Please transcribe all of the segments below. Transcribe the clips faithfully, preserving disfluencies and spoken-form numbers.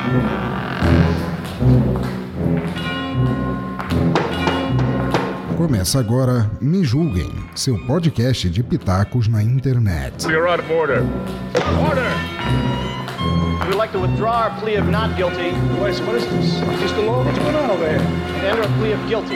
Começa agora Me Julguem, seu podcast de pitacos na internet. You're out of order. Order! We'd like to withdraw our plea of not guilty. What is, what is this? Just the law? What's going on over here? And enter a plea of guilty.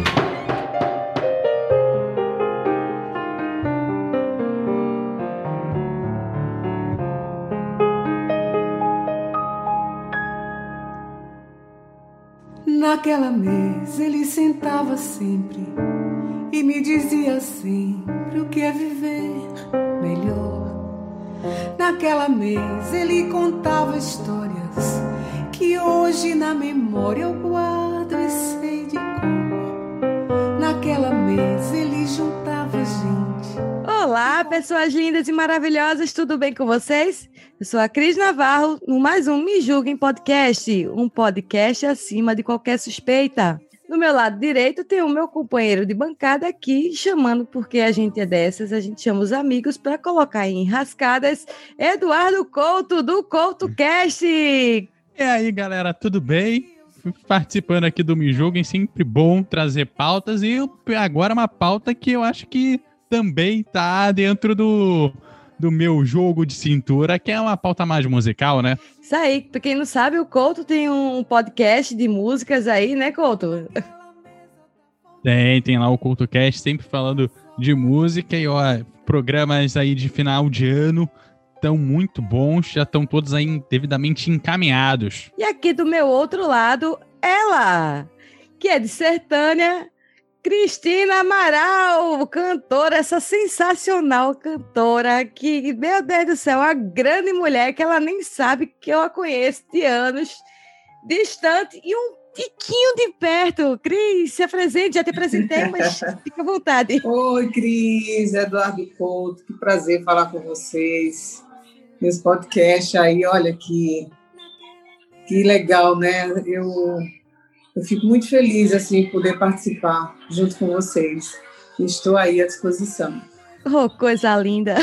Naquela mesa ele sentava sempre e me dizia sempre o que é viver melhor. Naquela mesa ele contava histórias que hoje na memória eu guardo e sei de cor. Naquela mesa ele juntava gente. Olá, pessoas lindas e maravilhosas, tudo bem com vocês? Eu sou a Cris Navarro, no mais um Me Julguem Podcast, um podcast acima de qualquer suspeita. Do meu lado direito tem o meu companheiro de bancada aqui, chamando porque a gente é dessas, a gente chama os amigos para colocar em enrascadas, Eduardo Couto, do CoutoCast. E aí, galera, tudo bem? Participando aqui do Me Julguem, sempre bom trazer pautas, e agora uma pauta que eu acho que também tá dentro do, do meu jogo de cintura, que é uma pauta mais musical, né? Isso aí, pra quem não sabe, o Couto tem um podcast de músicas aí, né, Couto? Tem, tem lá o CoutoCast, sempre falando de música, e ó, programas aí de final de ano estão muito bons, já estão todos aí devidamente encaminhados. E aqui do meu outro lado, ela, que é de Sertânia, Cristina Amaral, cantora, essa sensacional cantora que, meu Deus do céu, uma grande mulher que ela nem sabe que eu a conheço de anos, distante e um tiquinho de perto. Cris, se apresente, já te apresentei, mas fica à vontade. Oi, Cris, Eduardo Couto, que prazer falar com vocês. Nesse podcast aí, olha que, que legal, né? Eu... Eu fico muito feliz, assim, poder participar junto com vocês. Estou aí à disposição. Oh, coisa linda!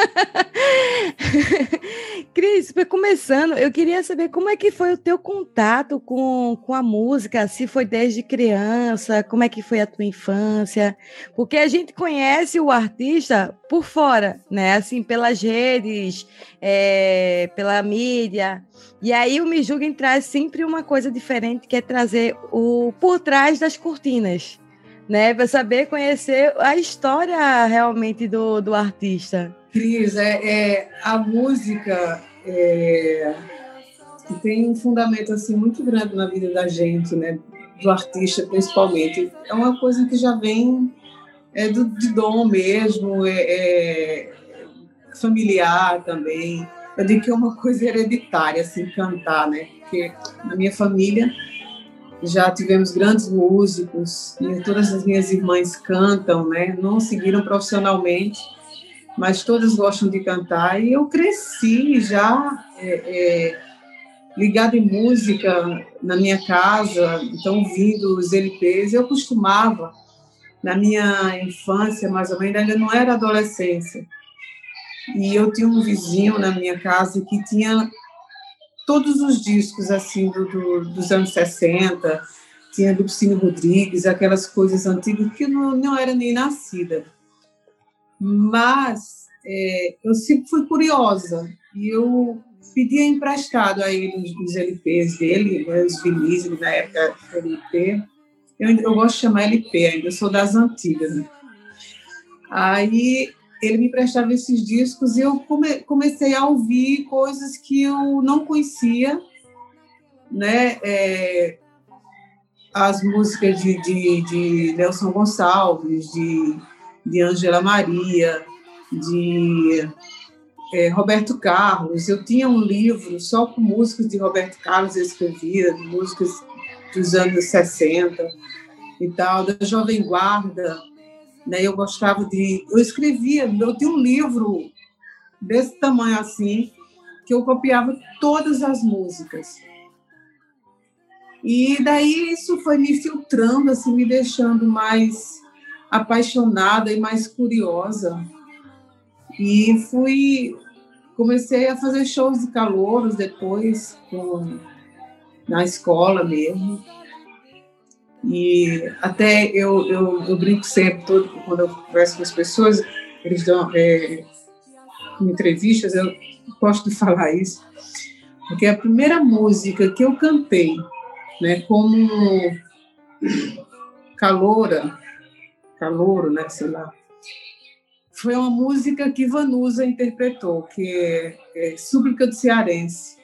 Cris, começando, eu queria saber como é que foi o teu contato com, com a música, se foi desde criança, como é que foi a tua infância, porque a gente conhece o artista por fora, né, assim, pelas redes, é, pela mídia, e aí o Me Julguem traz sempre uma coisa diferente, que é trazer o por trás das cortinas, né, para saber conhecer a história realmente do, do artista. Cris, é, é, a música é, tem um fundamento assim, muito grande na vida da gente, né? Do artista principalmente. É uma coisa que já vem é, do, de dom mesmo, é, é familiar também. Eu digo que é uma coisa hereditária, assim, cantar, né? Porque na minha família já tivemos grandes músicos, e todas as minhas irmãs cantam, né? Não seguiram profissionalmente, mas todas gostam de cantar, e eu cresci já é, é, ligada em música na minha casa, então ouvindo os L Ps. Eu costumava, na minha infância, mais ou menos, ainda não era adolescência, e eu tinha um vizinho na minha casa que tinha todos os discos assim do, do, dos anos sessenta, tinha Lupicínio Rodrigues, aquelas coisas antigas que eu não, não era nem nascida. Mas é, eu sempre fui curiosa e eu pedia emprestado a ele os, os L Ps dele, né, os vinis, na época L P. Eu, eu gosto de chamar L P ainda, eu sou das antigas, né? Aí ele me emprestava esses discos e eu come, comecei a ouvir coisas que eu não conhecia, né? É, as músicas de, de, de Nelson Gonçalves, de de Ângela Maria, de é, Roberto Carlos. Eu tinha um livro só com músicas de Roberto Carlos, eu escrevia, de músicas dos anos sessenta e tal, da Jovem Guarda, né? Eu gostava de... Eu escrevia, eu tinha um livro desse tamanho assim, que eu copiava todas as músicas. E daí isso foi me filtrando, assim, me deixando mais apaixonada e mais curiosa. E fui, comecei a fazer shows de calouros depois, com na escola mesmo. E até eu, eu, eu brinco sempre, todo, quando eu converso com as pessoas, eles dão é, em entrevistas, eu gosto de falar isso, porque a primeira música que eu cantei, né, como caloura, calouro, né, sei lá, foi uma música que Vanusa interpretou, que é, é Súplica do Cearense.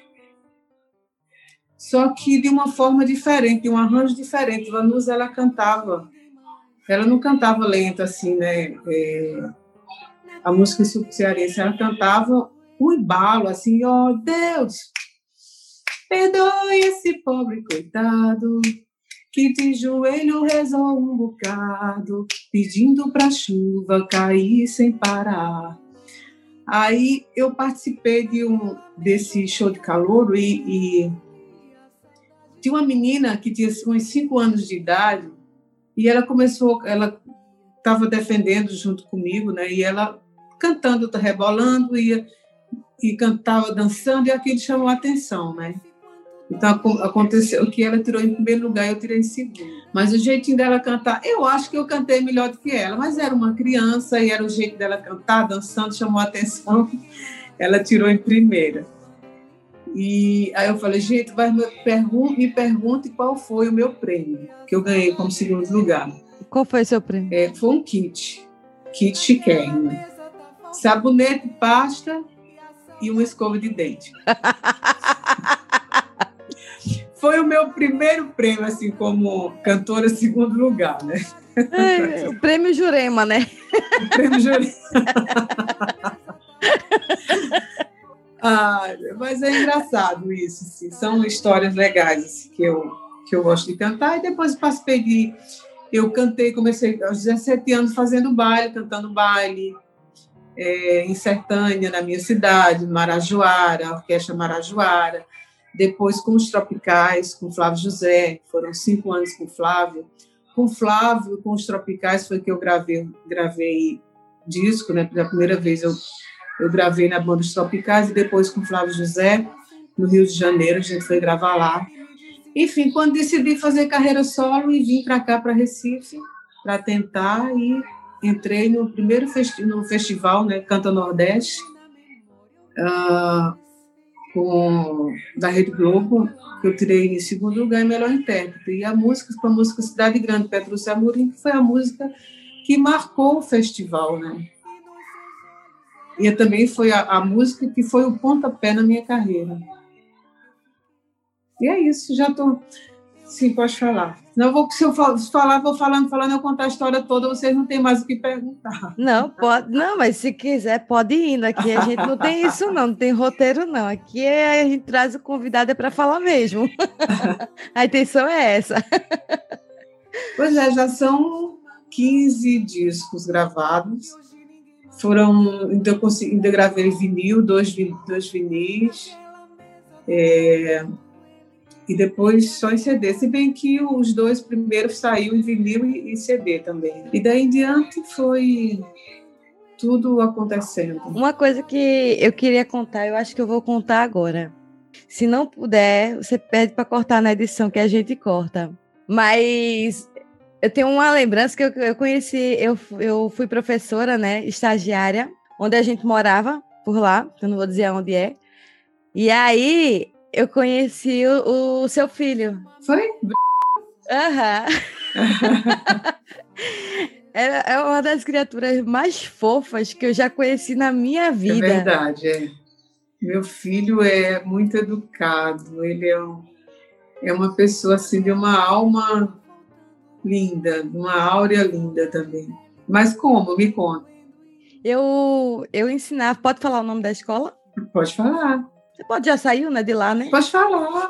Só que de uma forma diferente, de um arranjo diferente. Vanusa, ela cantava, ela não cantava lenta assim, né? É, a música Súplica do Cearense, ela cantava um embalo, assim, ó, oh, Deus, perdoe esse pobre coitado, que de joelho rezou um bocado, pedindo para a chuva cair sem parar. Aí eu participei de um, desse show de calouro e, e tinha uma menina que tinha uns cinco anos de idade e ela começou, ela estava defendendo junto comigo, né? E ela cantando, rebolando e, e cantava, dançando, e aquilo chamou a atenção, né? Então, aconteceu que ela tirou em primeiro lugar e eu tirei em segundo. Mas o jeitinho dela cantar, eu acho que eu cantei melhor do que ela, mas era uma criança e era o jeito dela cantar, dançando, chamou a atenção, ela tirou em primeira. E aí eu falei, gente, vai, me, pergun- me pergunte qual foi o meu prêmio, que eu ganhei como segundo lugar. Qual foi o seu prêmio? É, foi um kit, kit chiquérrimo. Sabonete, pasta e uma escova de dente. Foi o meu primeiro prêmio, assim, como cantora, segundo lugar, né? É, o prêmio Jurema, né? O prêmio Jurema. Ah, mas é engraçado isso, assim. São histórias legais assim, que, eu, que eu gosto de cantar. E depois participei de... Eu cantei, comecei aos dezessete anos fazendo baile, cantando baile, é, em Sertânia, na minha cidade, Marajoara, a Orquestra Marajoara. Depois com os Tropicais, com Flávio José, foram cinco anos com Flávio. Com Flávio, com os Tropicais, foi que eu gravei, gravei disco, né? Pela primeira vez eu, eu gravei na banda dos Tropicais, e depois com Flávio José, no Rio de Janeiro, a gente foi gravar lá. Enfim, quando decidi fazer carreira solo e vim para cá, para Recife, para tentar, e entrei no primeiro festi- no festival, né? Canta Nordeste, uh, com, da Rede Globo, que eu tirei em segundo lugar em melhor intérprete. E a música foi a música Cidade Grande, Petrúcia Amorim, que foi a música que marcou o festival, né? E também foi a, a música que foi o pontapé na minha carreira. E é isso, já estou... Sim, pode falar. Não vou, se eu falar, vou falando, falando, eu contar a história toda, vocês não têm mais o que perguntar. Não, pode, não, mas se quiser, pode ir indo. Aqui a gente não tem isso, não, não tem roteiro, não. Aqui é, a gente traz o convidado é para falar mesmo. A intenção é essa. Pois é, já são quinze discos gravados. Foram, ainda, consegui, ainda gravei vinil, dois, dois vinis. É... E depois só em C D, se bem que os dois primeiros saíram em vinil e, e C D também. E daí em diante foi tudo acontecendo. Uma coisa que eu queria contar, eu acho que eu vou contar agora. Se não puder, você pede para cortar na edição, que a gente corta. Mas eu tenho uma lembrança que eu, eu conheci, eu, eu fui professora, né, estagiária, onde a gente morava, por lá, eu não vou dizer onde é. E aí... eu conheci o, o seu filho. Foi? Aham. É, é uma das criaturas mais fofas que eu já conheci na minha vida. É verdade, é. Meu filho é muito educado, ele é, um, é uma pessoa assim, de uma alma linda, de uma áurea linda também. Mas como? Me conta. Eu, eu ensinava... Pode falar o nome da escola? Pode falar. Você pode, já saiu, né, de lá, né? Pode falar.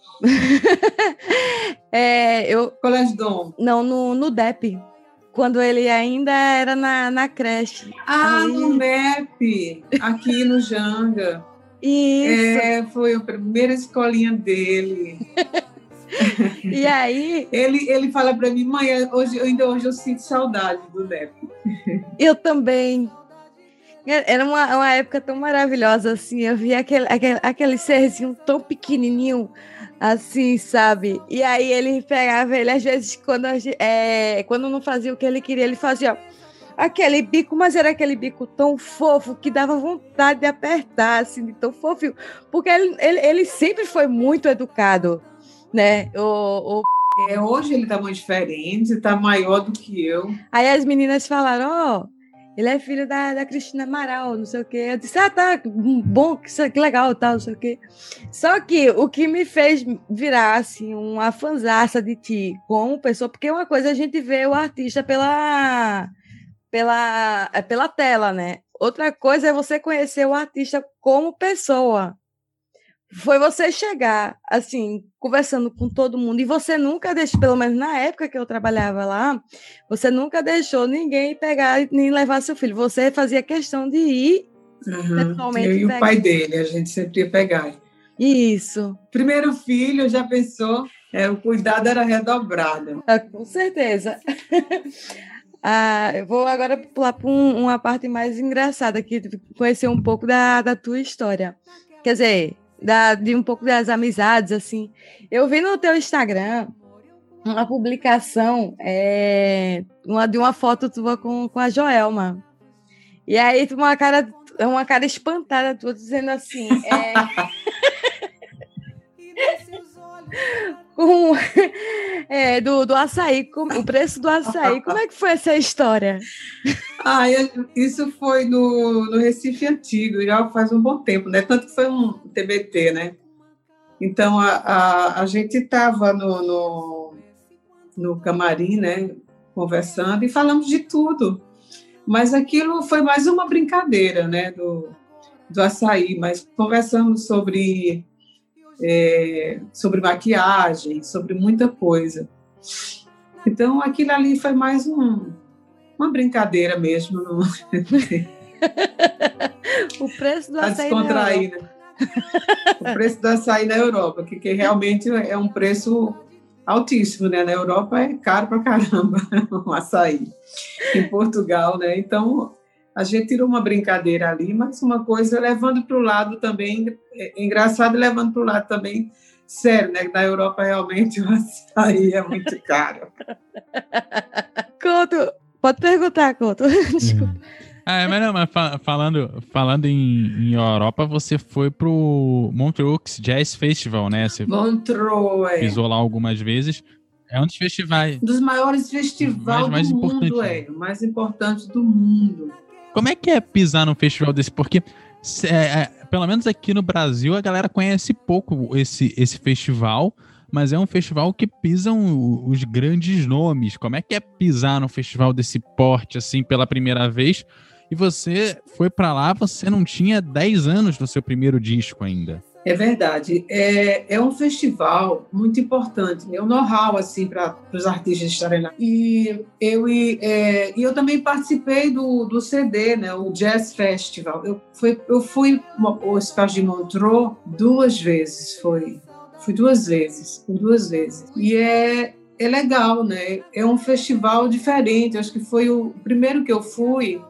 é, eu, Colégio Dom. Não, no, no D E P. Quando ele ainda era na, na creche. Ah, aí... no M E P, aqui no Janga. Isso. É, foi a primeira escolinha dele. E aí... Ele, ele fala para mim, mãe, hoje, ainda hoje eu sinto saudade do D E P. Eu também. Era uma, uma época tão maravilhosa, assim, eu via aquele, aquele, aquele serzinho tão pequenininho, assim, sabe? E aí ele pegava ele, às vezes, quando, é, quando não fazia o que ele queria, ele fazia aquele bico, mas era aquele bico tão fofo que dava vontade de apertar, assim, de tão fofinho, porque ele, ele, ele sempre foi muito educado, né? O, o... É, hoje ele tá muito diferente, tá maior do que eu. Aí as meninas falaram, ó... Oh, ele é filho da, da Cristina Amaral, não sei o quê. Eu disse, ah, tá, bom, que, que legal, tal, não sei o quê. Só que o que me fez virar, assim, uma fanzaça de ti como pessoa, porque uma coisa é a gente vê o artista pela, pela, pela tela, né? Outra coisa é você conhecer o artista como pessoa. Foi você chegar, assim, conversando com todo mundo, e você nunca deixou, pelo menos na época que eu trabalhava lá, você nunca deixou ninguém pegar nem levar seu filho. Você fazia questão de ir uhum. pessoalmente. Eu e pegar. O pai dele, a gente sempre ia pegar. Isso. Primeiro filho, já pensou, é, o cuidado era redobrado. Ah, com certeza. Ah, eu vou agora pular para um, uma parte mais engraçada, aqui, conhecer um pouco da, da tua história. Quer dizer... Da, de um pouco das amizades, assim. Eu vi no teu Instagram uma publicação é, uma, de uma foto tua com, com a Joelma. E aí, uma cara, uma cara espantada tua, dizendo assim... É... com, é, do, do açaí, com, o preço do açaí. Como é que foi essa história? Ah, isso foi no, no Recife Antigo, já faz um bom tempo, né? Tanto que foi um T B T, né? Então, a, a, a gente estava no, no, no camarim, né? Conversando e falamos de tudo. Mas aquilo foi mais uma brincadeira, né? Do, do açaí, mas conversamos sobre... É, sobre maquiagem, sobre muita coisa. Então, aquilo ali foi mais um, uma brincadeira mesmo. No... o preço do tá açaí descontrair, né? O preço do açaí na Europa, que, que realmente é um preço altíssimo, né? Na Europa é caro pra caramba o açaí. Em Portugal, né? Então... A gente tirou uma brincadeira ali, mas uma coisa levando para o lado também, é engraçado, levando para o lado também sério, né? Na Europa realmente o açaí é muito caro. Couto, pode perguntar, Couto. Desculpa. Ah, mas não, mas falando, falando em, em Europa, você foi pro Montreux Jazz Festival, né? Você Montreux, é. Pisou lá algumas vezes. É um dos festivais. Um dos maiores festivais do mais mundo, é. O mais importante do mundo. Como é que é pisar num festival desse? Porque, é, é, pelo menos aqui no Brasil, a galera conhece pouco esse, esse festival, mas é um festival que pisam os grandes nomes. Como é que é pisar num festival desse porte, assim, pela primeira vez? E você foi pra lá, você não tinha dez anos no seu primeiro disco ainda. É verdade. É, é um festival muito importante, né? Um know-how, assim, para os artistas estarem lá. E eu, e, é, e eu também participei do, do C D, né? O Jazz Festival. Eu fui, eu fui ao Espaço de Montreux duas vezes, foi. Fui duas vezes, duas vezes. E é, é legal, né? É um festival diferente. Acho que foi o primeiro que eu fui.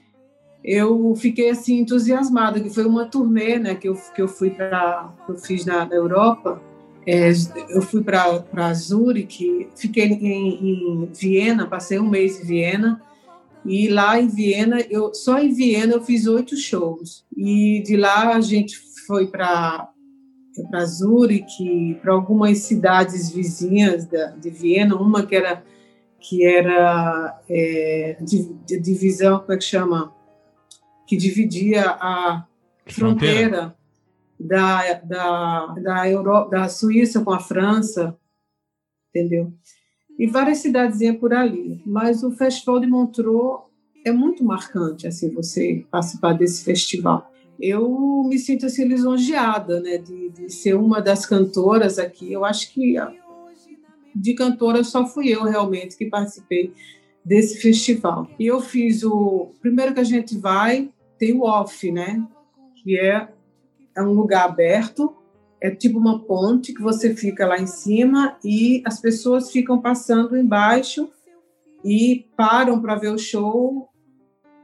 Eu fiquei assim entusiasmada, que foi uma turnê, né, que eu que eu fui para eu fiz na, na Europa. É, eu fui para para Zurique, fiquei em, em Viena, passei um mês em Viena, e lá em Viena eu só em Viena eu fiz oito shows, e de lá a gente foi para para Zurique, para algumas cidades vizinhas da, de Viena, uma que era que era é, de, de divisão, como é que chama? Que dividia a fronteira, fronteira da, da, da, Euro, da Suíça com a França, entendeu? E várias cidadezinhas por ali. Mas o Festival de Montreux é muito marcante, assim, você participar desse festival. Eu me sinto assim, lisonjeada, né, de, de ser uma das cantoras aqui. Eu acho que de cantora só fui eu realmente que participei desse festival. E eu fiz o... Primeiro que a gente vai... Tem o off, né? Que é, é um lugar aberto, é tipo uma ponte que você fica lá em cima e as pessoas ficam passando embaixo e param para ver o show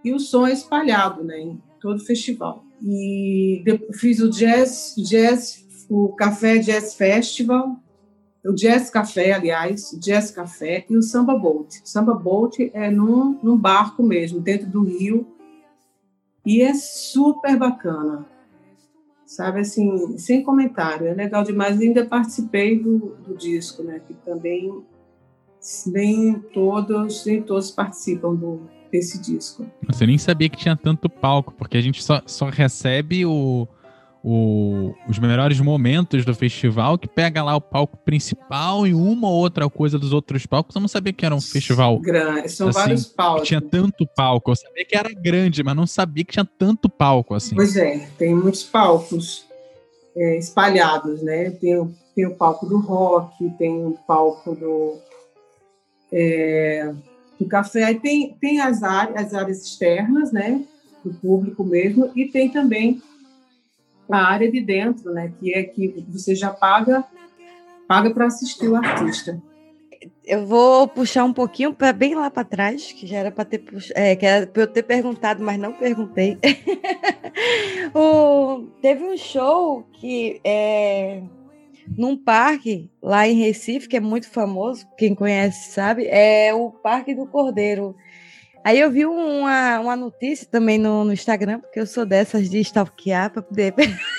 e o som é espalhado, né, em todo o festival. E fiz o Jazz, jazz, o Café Jazz Festival, o Jazz Café, aliás, o Jazz Café e o Samba Boat. O Samba Boat é num, num barco mesmo, dentro do rio, e é super bacana, sabe, assim, sem comentário, é legal demais. E ainda participei do, do disco, né, que também nem todos, nem todos participam do, desse disco. Você nem sabia que tinha tanto palco, porque a gente só, só recebe o... O, os melhores momentos do festival, que pega lá o palco principal e uma ou outra coisa dos outros palcos. Eu não sabia que era um festival grande, são assim, vários palcos. Que tinha tanto palco. Eu sabia que era grande, mas não sabia que tinha tanto palco assim. Pois é, tem muitos palcos é, espalhados, né? Tem, tem o palco do rock, tem o palco do, é, do café, aí tem, tem as áreas, as áreas externas, né? Do público mesmo, e tem também a área de dentro, né, que é que você já paga paga para assistir o artista. Eu vou puxar um pouquinho para bem lá para trás, que já era para ter é, que era para eu ter perguntado, mas não perguntei. o, teve um show que é num parque lá em Recife, que é muito famoso, quem conhece sabe, é o Parque do Cordeiro. Aí eu vi uma, uma notícia também no, no Instagram, porque eu sou dessas de stalkear para poder...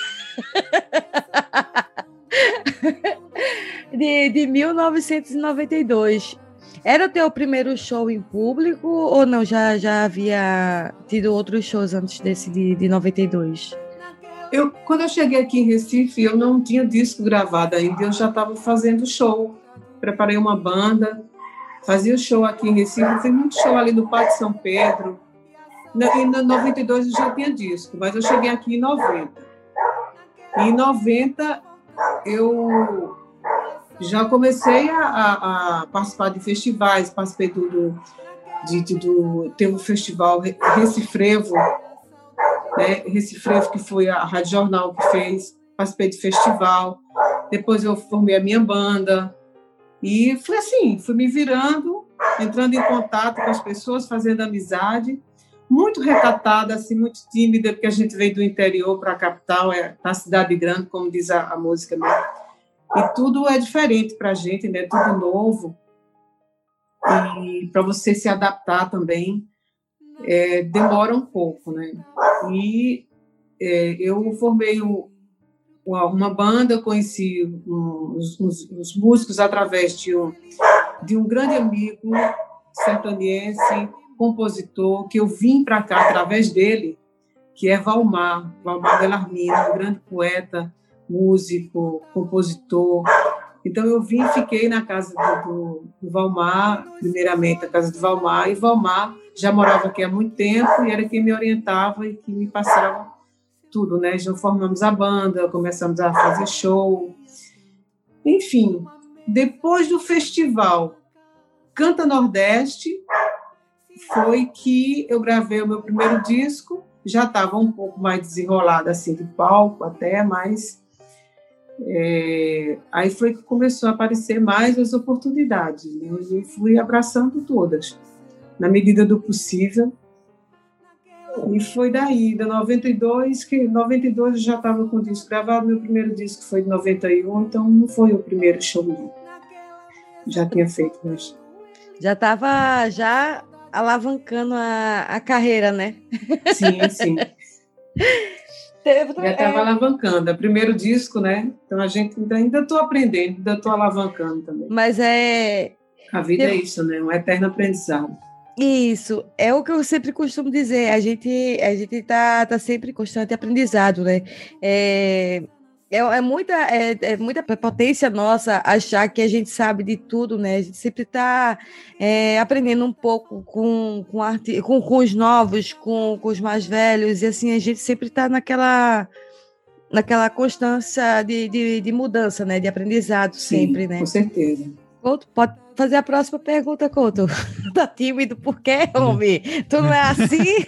de, de mil novecentos e noventa e dois. Era o teu primeiro show em público ou não? Já, já havia tido outros shows antes desse de, de noventa e dois? Eu, quando eu cheguei aqui em Recife, eu não tinha disco gravado ainda, eu já estava fazendo show. Preparei uma banda... Fazia show aqui em Recife, eu fiz muito show ali no Pátio São Pedro. E em noventa e dois eu já tinha disco, mas eu cheguei aqui em noventa. E em noventa eu já comecei a, a, a participar de festivais, participei do, do, de, de, do teve o festival Recifrevo, né? Recifrevo, que foi a Rádio Jornal que fez, participei de festival. Depois eu formei a minha banda. E fui assim, fui me virando, entrando em contato com as pessoas, fazendo amizade, muito recatada, assim, muito tímida, porque a gente veio do interior para a capital, é na cidade grande, como diz a, a música mesmo. E tudo é diferente para a gente, né? Tudo novo. E para você se adaptar também, é, demora um pouco, né? E é, eu formei o uma banda, conheci um, os, os, os músicos através de um, de um grande amigo sertanense, compositor, que eu vim para cá através dele, que é Valmar, Valmar Bellarmino, um grande poeta, músico, compositor. Então, eu vim e fiquei na casa do, do, do Valmar, primeiramente a casa do Valmar, e Valmar já morava aqui há muito tempo e era quem me orientava e que me passava tudo, né? Já formamos a banda, começamos a fazer show. Enfim, depois do festival Canta Nordeste, foi que eu gravei o meu primeiro disco. Já estava um pouco mais desenrolada, assim, de palco até, mas é, aí foi que começou a aparecer mais as oportunidades, né? Eu fui abraçando todas, na medida do possível. E foi daí, de noventa e dois, que em noventa e dois eu já estava com o disco gravado, meu primeiro disco foi de noventa e um, então não foi o primeiro show, já tinha feito, mas... Já estava já alavancando a, a carreira, né? Sim, sim. Teve, já estava é... alavancando, é o primeiro disco, né? Então a gente ainda estou aprendendo, ainda estou alavancando também. Mas é... A vida Teve... é isso, né? Um eterno aprendizado. Isso, é o que eu sempre costumo dizer, a gente a gente tá, tá sempre em constante aprendizado, né? É, é, é, muita, é, é muita prepotência nossa achar que a gente sabe de tudo, né? A gente sempre está é, aprendendo um pouco com, com, arte, com, com os novos, com, com os mais velhos, e assim, a gente sempre está naquela, naquela constância de, de, de mudança, né? De aprendizado. Sim, sempre, né? Com certeza. Couto, pode fazer a próxima pergunta, Couto. Tá tímido por quê, homem? Tu não é assim?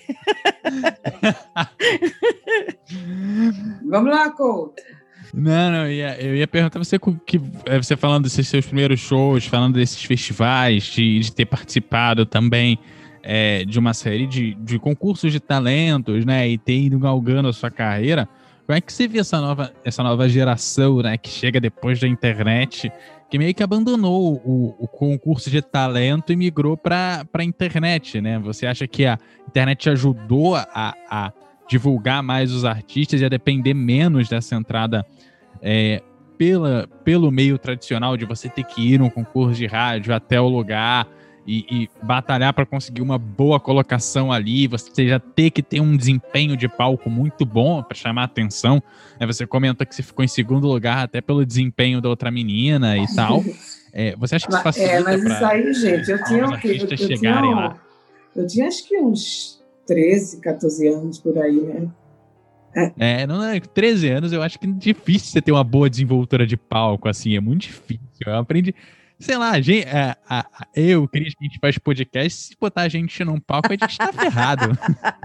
Vamos lá, Couto. Não, não, eu ia, eu ia perguntar você, que, você falando desses seus primeiros shows, falando desses festivais, de, de ter participado também. é, de uma série de, de concursos de talentos, né, e ter ido galgando a sua carreira, como é que você vê essa nova, essa nova geração, né, que chega depois da internet, que meio que abandonou o, o concurso de talento e migrou para a internet, né? Você acha que a internet ajudou a, a divulgar mais os artistas e a depender menos dessa entrada é, pela, pelo meio tradicional de você ter que ir num concurso de rádio até o lugar e, e batalhar para conseguir uma boa colocação ali, você já ter que ter um desempenho de palco muito bom para chamar a atenção, né? Você comenta que você ficou em segundo lugar até pelo desempenho da outra menina e tal. É, você acha que isso facilita? É, mas isso aí, gente, eu tinha o quê? Eu, eu, chegarem tinha, lá? Eu tinha acho que uns treze, quatorze anos por aí, né? É, não, não, treze anos eu acho que é difícil você ter uma boa desenvoltura de palco, assim, é muito difícil. Eu aprendi, sei lá, a gente, a, a, a, eu, Cris, que a gente faz podcast, se botar a gente num palco, a gente tá ferrado.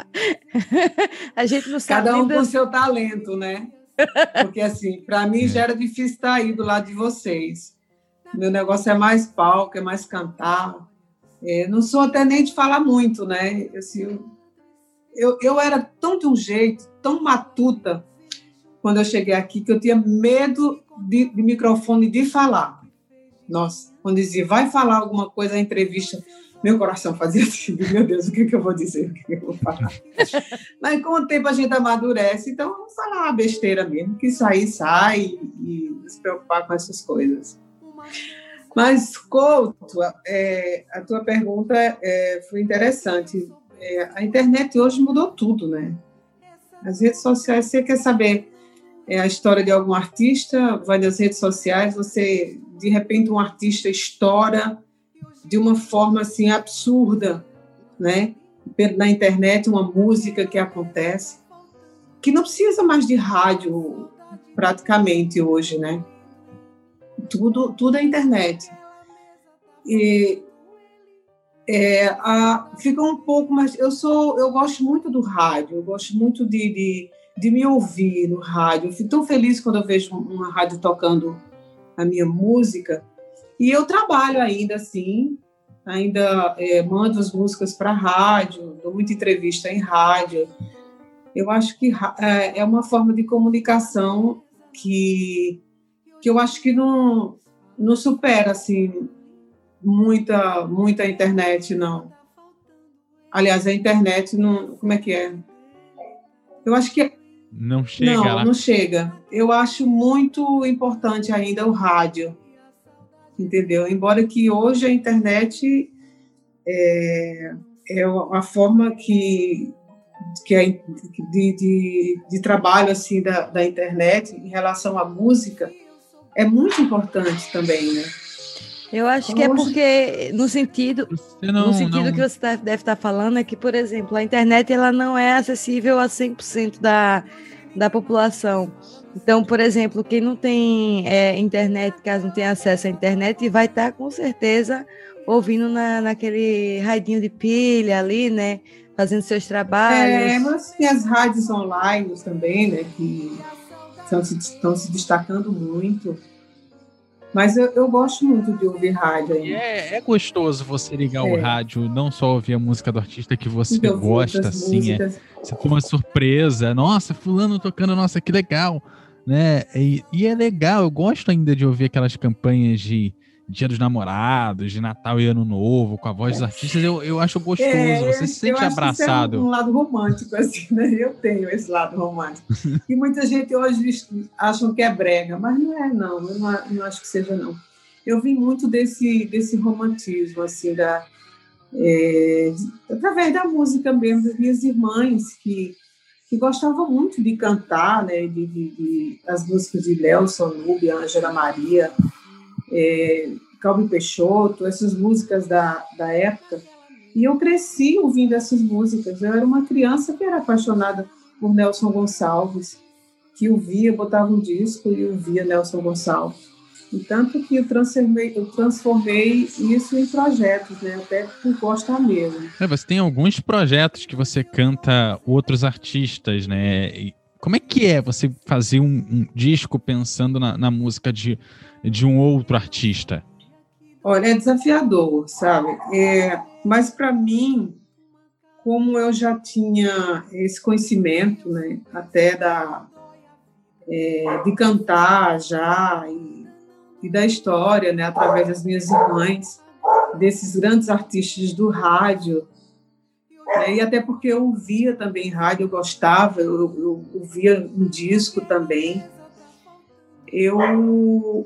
A gente não sabe. Cada um nem com o seu talento, né? Porque, assim, para mim já era difícil estar aí do lado de vocês. Meu negócio é mais palco, é mais cantar. É, não sou até nem de falar muito, né? Assim, eu, eu, eu era tão de um jeito, tão matuta, quando eu cheguei aqui, que eu tinha medo de, de microfone de falar. Nossa, quando dizia, vai falar alguma coisa na entrevista, meu coração fazia assim, meu Deus, o que, que eu vou dizer, o que, que eu vou falar? Mas com o tempo a gente amadurece, então vamos falar uma besteira mesmo, que sair, sai e não se preocupar com essas coisas. Mas, Couto, é, a tua pergunta é, foi interessante. É, a internet hoje mudou tudo, né? As redes sociais, você quer saber é, a história de algum artista, vai nas redes sociais, você, de repente, um artista estoura de uma forma, assim, absurda, né? Na internet, uma música que acontece, que não precisa mais de rádio, praticamente, hoje, né? Tudo, tudo é internet. E é, a, fica um pouco mais... Eu, sou, eu gosto muito do rádio, eu gosto muito de, de, de me ouvir no rádio. Eu fico tão feliz quando eu vejo uma rádio tocando a minha música. E eu trabalho ainda assim, ainda é, mando as músicas para a rádio, dou muita entrevista em rádio. Eu acho que é, é uma forma de comunicação que... que eu acho que não, não supera, assim, muita, muita internet, não. Aliás, a internet, não, como é que é? Eu acho que... Não chega Não, lá. não chega. Eu acho muito importante ainda o rádio, entendeu? Embora que hoje a internet é, é a forma que... que é de, de, de trabalho, assim, da, da internet em relação à música, é muito importante também, né? Eu acho que é porque, no sentido, não, no sentido não... que você tá, deve estar falando, é que, por exemplo, a internet ela não é acessível a cem por cento da, da população. Então, por exemplo, quem não tem é, internet, caso não tenha acesso à internet, vai estar, com certeza, ouvindo na, naquele radinho de pilha ali, né? Fazendo seus trabalhos. É, mas tem as rádios online também, né? Que estão se, estão se destacando muito. Mas eu, eu gosto muito de ouvir rádio ainda. É, é gostoso você ligar é. o rádio, não só ouvir a música do artista que você eu gosta, assim, é, você tem uma surpresa, nossa, fulano tocando, nossa, que legal, né? E, e é legal, eu gosto ainda de ouvir aquelas campanhas de Dia dos Namorados, de Natal e Ano Novo, com a voz dos artistas, eu, eu acho gostoso, é, você se sente eu abraçado. Acho que isso é um, um lado romântico, assim, né? Eu tenho esse lado romântico. E muita gente hoje acha que é brega, mas não é, não. Eu não, não acho que seja, não. Eu vi muito desse, desse romantismo, assim, da, é, de, através da música mesmo, das minhas irmãs, que, que gostavam muito de cantar, né? De, de, de, as músicas de Nelson Nubia, Ângela Maria, É, Calbi Peixoto, essas músicas da, da época, e eu cresci ouvindo essas músicas. Eu era uma criança que era apaixonada por Nelson Gonçalves, que ouvia, botava um disco e ouvia Nelson Gonçalves. E tanto que eu transformei, eu transformei isso em projetos, né? Até por gostar mesmo. É, você tem alguns projetos que você canta outros artistas, né? E como é que é você fazer um, um disco pensando na, na música de de um outro artista? Olha, é desafiador, sabe? É, mas, para mim, como eu já tinha esse conhecimento, né, até da, é, de cantar já e, e da história, né, através das minhas irmãs, desses grandes artistas do rádio, né, e até porque eu ouvia também rádio, eu gostava, eu, eu ouvia um disco também, eu,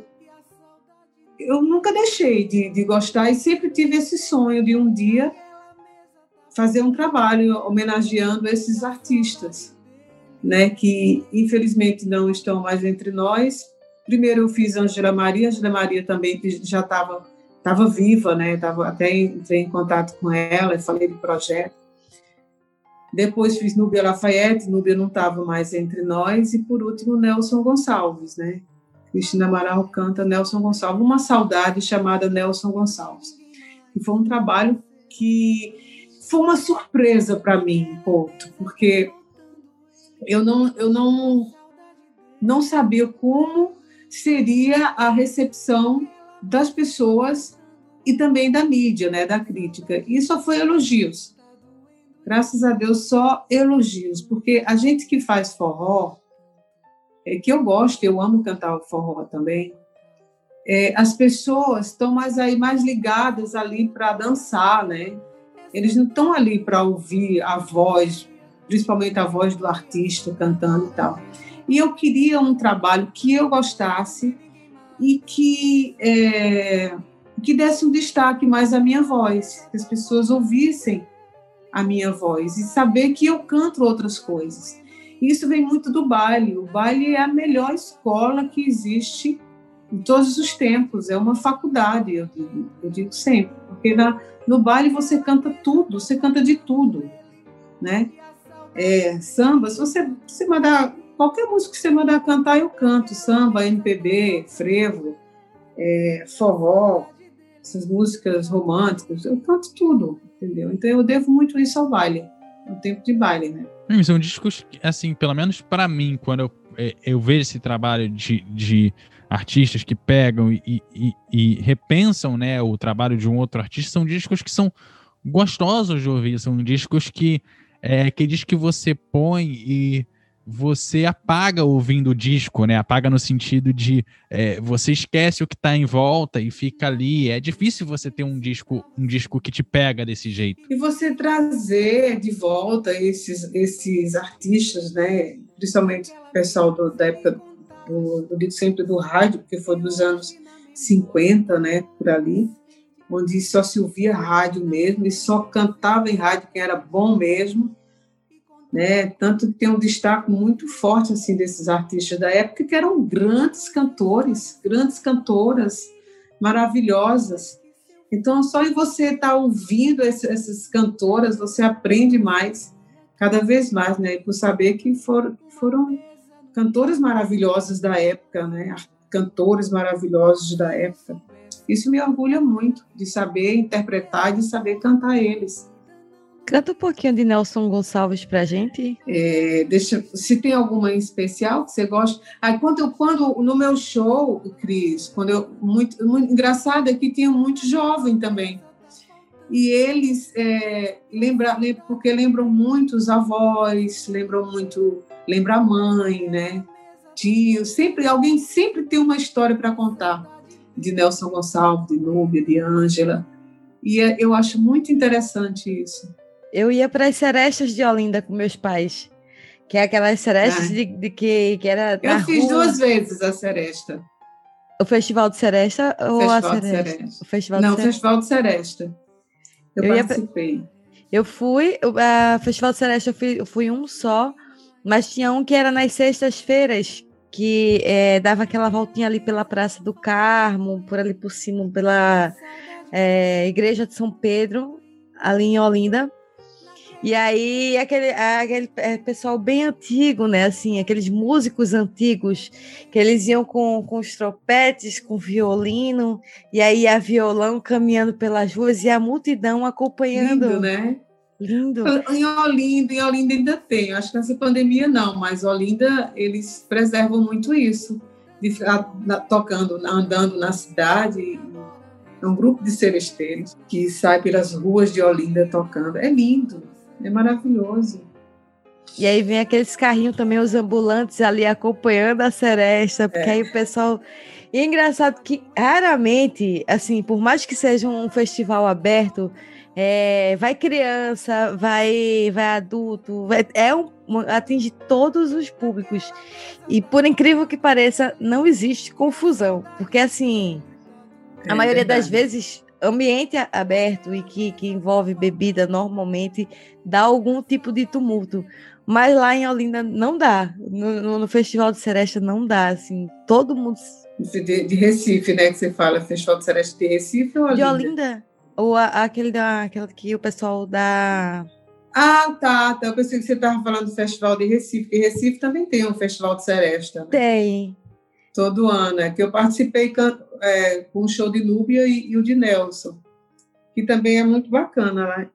eu nunca deixei de, de gostar e sempre tive esse sonho de um dia fazer um trabalho homenageando esses artistas, né, que infelizmente não estão mais entre nós. Primeiro eu fiz Ângela Maria, Ângela Maria também já estava estava viva, né, tava, até entrei em contato com ela e falei do projeto. Depois fiz Núbia Lafayette, Núbia não estava mais entre nós, e por último Nelson Gonçalves, né, Cristina Amaral canta Nelson Gonçalves, Uma Saudade chamada Nelson Gonçalves, e foi um trabalho que foi uma surpresa para mim, ponto, porque eu não, eu não, não sabia como seria a recepção das pessoas e também da mídia, né, da crítica. E só foi elogios. Graças a Deus, só elogios, porque a gente que faz forró, é, que eu gosto, eu amo cantar o forró também, é, as pessoas estão mais aí mais ligadas ali para dançar, né? Eles não estão ali para ouvir a voz, principalmente a voz do artista cantando e tal. E eu queria um trabalho que eu gostasse e que, é, que desse um destaque mais à minha voz, que as pessoas ouvissem a minha voz e saber que eu canto outras coisas. Isso vem muito do baile. O baile é a melhor escola que existe em todos os tempos, é uma faculdade, eu digo, eu digo sempre, porque na, no baile você canta tudo, você canta de tudo, né? É, samba, se você, você mandar, qualquer música que você mandar cantar, eu canto, samba, M P B, frevo, é, forró, essas músicas românticas, eu canto tudo, entendeu? Então eu devo muito isso ao baile, ao tempo de baile, né? Hum, são discos, assim, pelo menos para mim, quando eu, eu vejo esse trabalho de, de artistas que pegam e, e, e repensam, né, o trabalho de um outro artista, são discos que são gostosos de ouvir, são discos que é, que diz que você põe e você apaga ouvindo o disco, né? Apaga no sentido de é, você esquece o que está em volta e fica ali. É difícil você ter um disco, um disco que te pega desse jeito. E você trazer de volta esses, esses artistas, né? Principalmente o pessoal do, da época, do, eu digo sempre do rádio, porque foi dos anos cinquenta, né? Por ali, onde só se ouvia rádio mesmo e só cantava em rádio quem era bom mesmo. Né? Tanto que tem um destaque muito forte assim, desses artistas da época, que eram grandes cantores, grandes cantoras, maravilhosas. Então, só em você estar tá ouvindo esse, essas cantoras, você aprende mais, cada vez mais, né? Por saber que foram, foram cantoras maravilhosas da época, né? Cantores maravilhosos da época. Isso me orgulha muito, de saber interpretar e de saber cantar eles. Canta um pouquinho de Nelson Gonçalves pra gente. É, deixa, se tem alguma em especial que você gosta. Aí, quando, eu, quando no meu show, Cris, quando eu, muito, muito engraçado é que tinha muito jovem também. E eles é, lembram, porque lembram muito os avós, lembram muito, lembra a mãe, né? Tio, sempre, alguém sempre tem uma história para contar de Nelson Gonçalves, de Núbia, de Ângela. E é, eu acho muito interessante isso. Eu ia para as Serestas de Olinda com meus pais, que é aquelas serestas de, de que, que era. Eu fiz rua. duas vezes a seresta. O Festival de Seresta ou Festival a Seresta? De seresta. O Festival Não, de o Festival de Seresta. Eu, eu participei. Ia, eu fui, o uh, Festival de Seresta eu fui, eu fui um só, mas tinha um que era nas sextas-feiras, que é, dava aquela voltinha ali pela Praça do Carmo, por ali por cima, pela é, Igreja de São Pedro, ali em Olinda. E aí, aquele, aquele pessoal bem antigo, né? Assim, aqueles músicos antigos, que eles iam com, com os trompetes, com violino, e aí a violão caminhando pelas ruas e a multidão acompanhando. Lindo, né? Lindo. Em Olinda, em Olinda ainda tem. Acho que nessa pandemia não, mas Olinda, eles preservam muito isso, de ficar tocando, andando na cidade. É um grupo de seresteiros que sai pelas ruas de Olinda tocando. É lindo. É maravilhoso. E aí vem aqueles carrinhos também, os ambulantes ali acompanhando a seresta, porque é. aí o pessoal... E é engraçado que, raramente, assim, por mais que seja um festival aberto, é, vai criança, vai, vai adulto, vai, é um, atinge todos os públicos. E, por incrível que pareça, não existe confusão. Porque, assim, a é maioria verdade. das vezes... ambiente aberto e que, que envolve bebida normalmente dá algum tipo de tumulto, mas lá em Olinda não dá, no, no, no Festival de Seresta não dá, assim, todo mundo... De, de Recife, né, que você fala, Festival de Seresta de Recife ou Olinda? De Olinda, ou a, aquele, da, aquele que o pessoal da... Ah, tá, tá, eu pensei que você estava falando do Festival de Recife, porque Recife também tem um Festival de Seresta. Né? Tem. Todo ano, é que eu participei é, com o show de Núbia e, e o de Nelson, que também é muito bacana lá.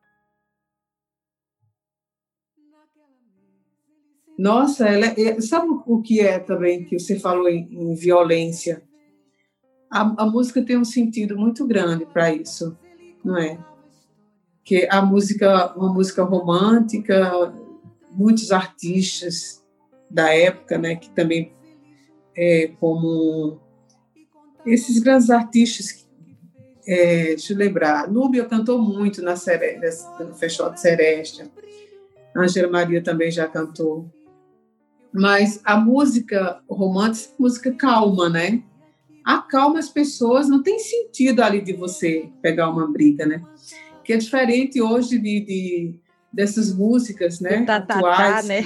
Nossa, ela é, sabe o que é também que você falou em, em violência? A, a música tem um sentido muito grande para isso, não é? Que a música, uma música romântica, muitos artistas da época, né, que também É, como esses grandes artistas, é, deixa eu lembrar, Núbia cantou muito na Seresta, no Festival de Seresta, Ângela Maria também já cantou, mas a música romântica, música calma, né? Acalma as pessoas, não tem sentido ali de você pegar uma briga, né? Que é diferente hoje de, de dessas músicas, né? Tá, tá, atuais, tá, né?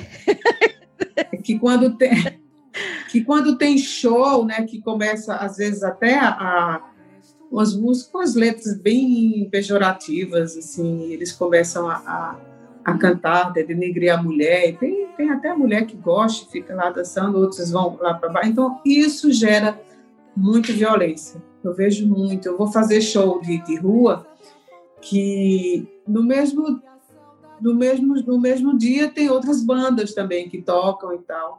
que quando tem que quando tem show, né, que começa às vezes até a, a umas músicas com as letras bem pejorativas, assim, eles começam a, a, a cantar, a denegrir a mulher, e tem, tem até a mulher que gosta, fica lá dançando, outros vão lá para baixo, então isso gera muita violência, eu vejo muito, eu vou fazer show de, de rua, que no mesmo, no, mesmo, no mesmo dia tem outras bandas também que tocam e tal,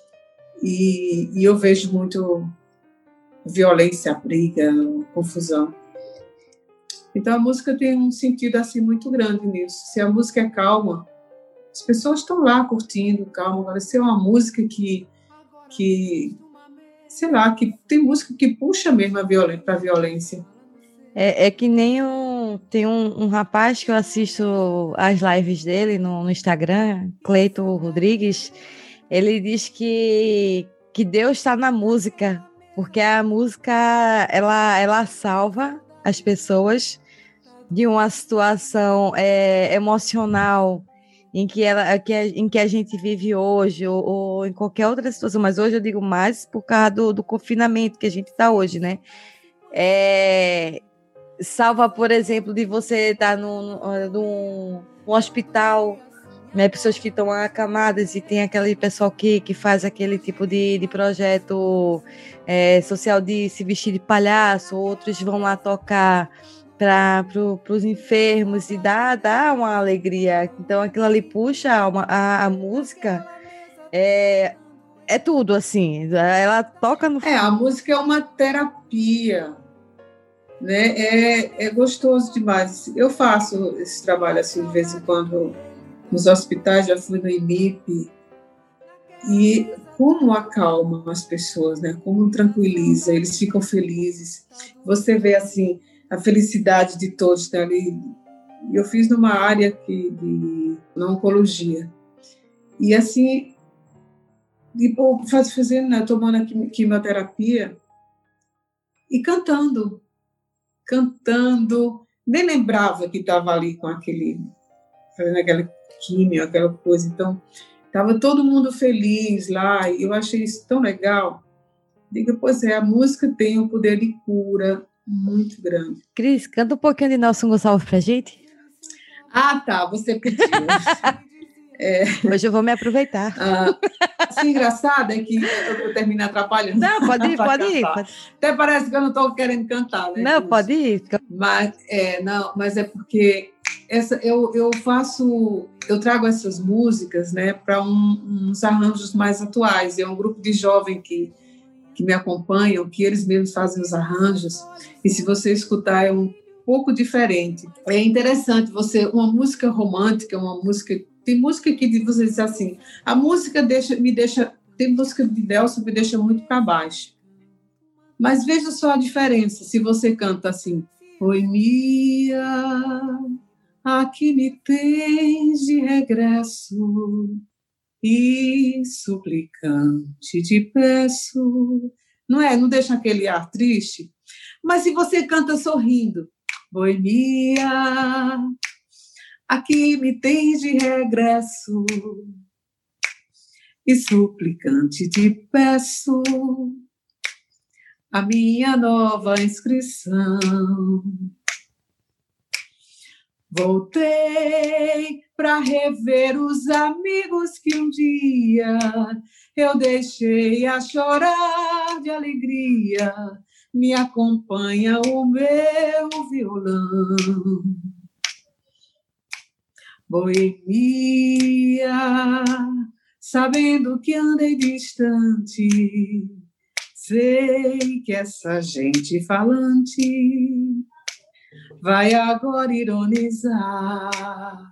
E, e eu vejo muito violência, briga, confusão. Então a música tem um sentido assim muito grande nisso. Se a música é calma, as pessoas estão lá curtindo, calma. Agora, se é uma música que, que sei lá, que tem música que puxa mesmo para a violência. É, é que nem um, tem um, um rapaz que eu assisto as lives dele no, no Instagram, Cleito Rodrigues. Ele diz que, que Deus está na música, porque a música ela, ela salva as pessoas de uma situação é, emocional em que, ela, que, em que a gente vive hoje, ou, ou em qualquer outra situação, mas hoje eu digo mais por causa do, do confinamento que a gente está hoje, né? É, salva, por exemplo, de você estar num, num, num hospital, né, pessoas que estão acamadas, e tem aquele pessoal que, que faz aquele tipo de, de projeto é, social de se vestir de palhaço, outros vão lá tocar para pro, os enfermos e dá, dá uma alegria. Então aquilo ali puxa a, a, a música, é, é tudo assim, ela toca no... É, a música é uma terapia, né? É, é gostoso demais. Eu faço esse trabalho assim de vez em quando nos hospitais, já fui no I M I P, e como acalma as pessoas, né? Como tranquiliza, eles ficam felizes. Você vê assim a felicidade de todos, né? Ali, eu fiz numa área que, de na oncologia, e assim, tipo, fazendo, né? Tomando a quimioterapia e cantando, cantando, nem lembrava que estava ali com aquele, fazendo aquela químio, aquela coisa. Então, estava todo mundo feliz lá, e eu achei isso tão legal. Digo, pois é, a música tem um poder de cura muito grande. Cris, canta um pouquinho de Nelson Gonçalves pra gente. Ah, tá, você pediu. É, hoje eu vou me aproveitar. Ah, assim, engraçado é que eu, eu termino atrapalhando. Não, pode ir, pode ir. Pode... Até parece que eu não estou querendo cantar, né? Não, pode ir. Mas é, não, mas é porque essa, eu, eu faço, eu trago essas músicas, né, para um, uns arranjos mais atuais. É um grupo de jovens que, que me acompanham, que eles mesmos fazem os arranjos. E se você escutar, é um, pouco diferente. É interessante você, uma música romântica, uma música, tem música que você diz assim, a música deixa, me deixa, tem música de Delcio que me deixa muito para baixo. Mas veja só a diferença, se você canta assim, oi Mia, aqui me tens de regresso e suplicante te peço, não é? Não deixa aquele ar triste? Mas se você canta sorrindo, oi Mia, aqui me tens de regresso e suplicante te peço a minha nova inscrição. Voltei para rever os amigos que um dia eu deixei a chorar de alegria. Me acompanha o meu violão. Boemia, sabendo que andei distante, sei que essa gente falante vai agora ironizar.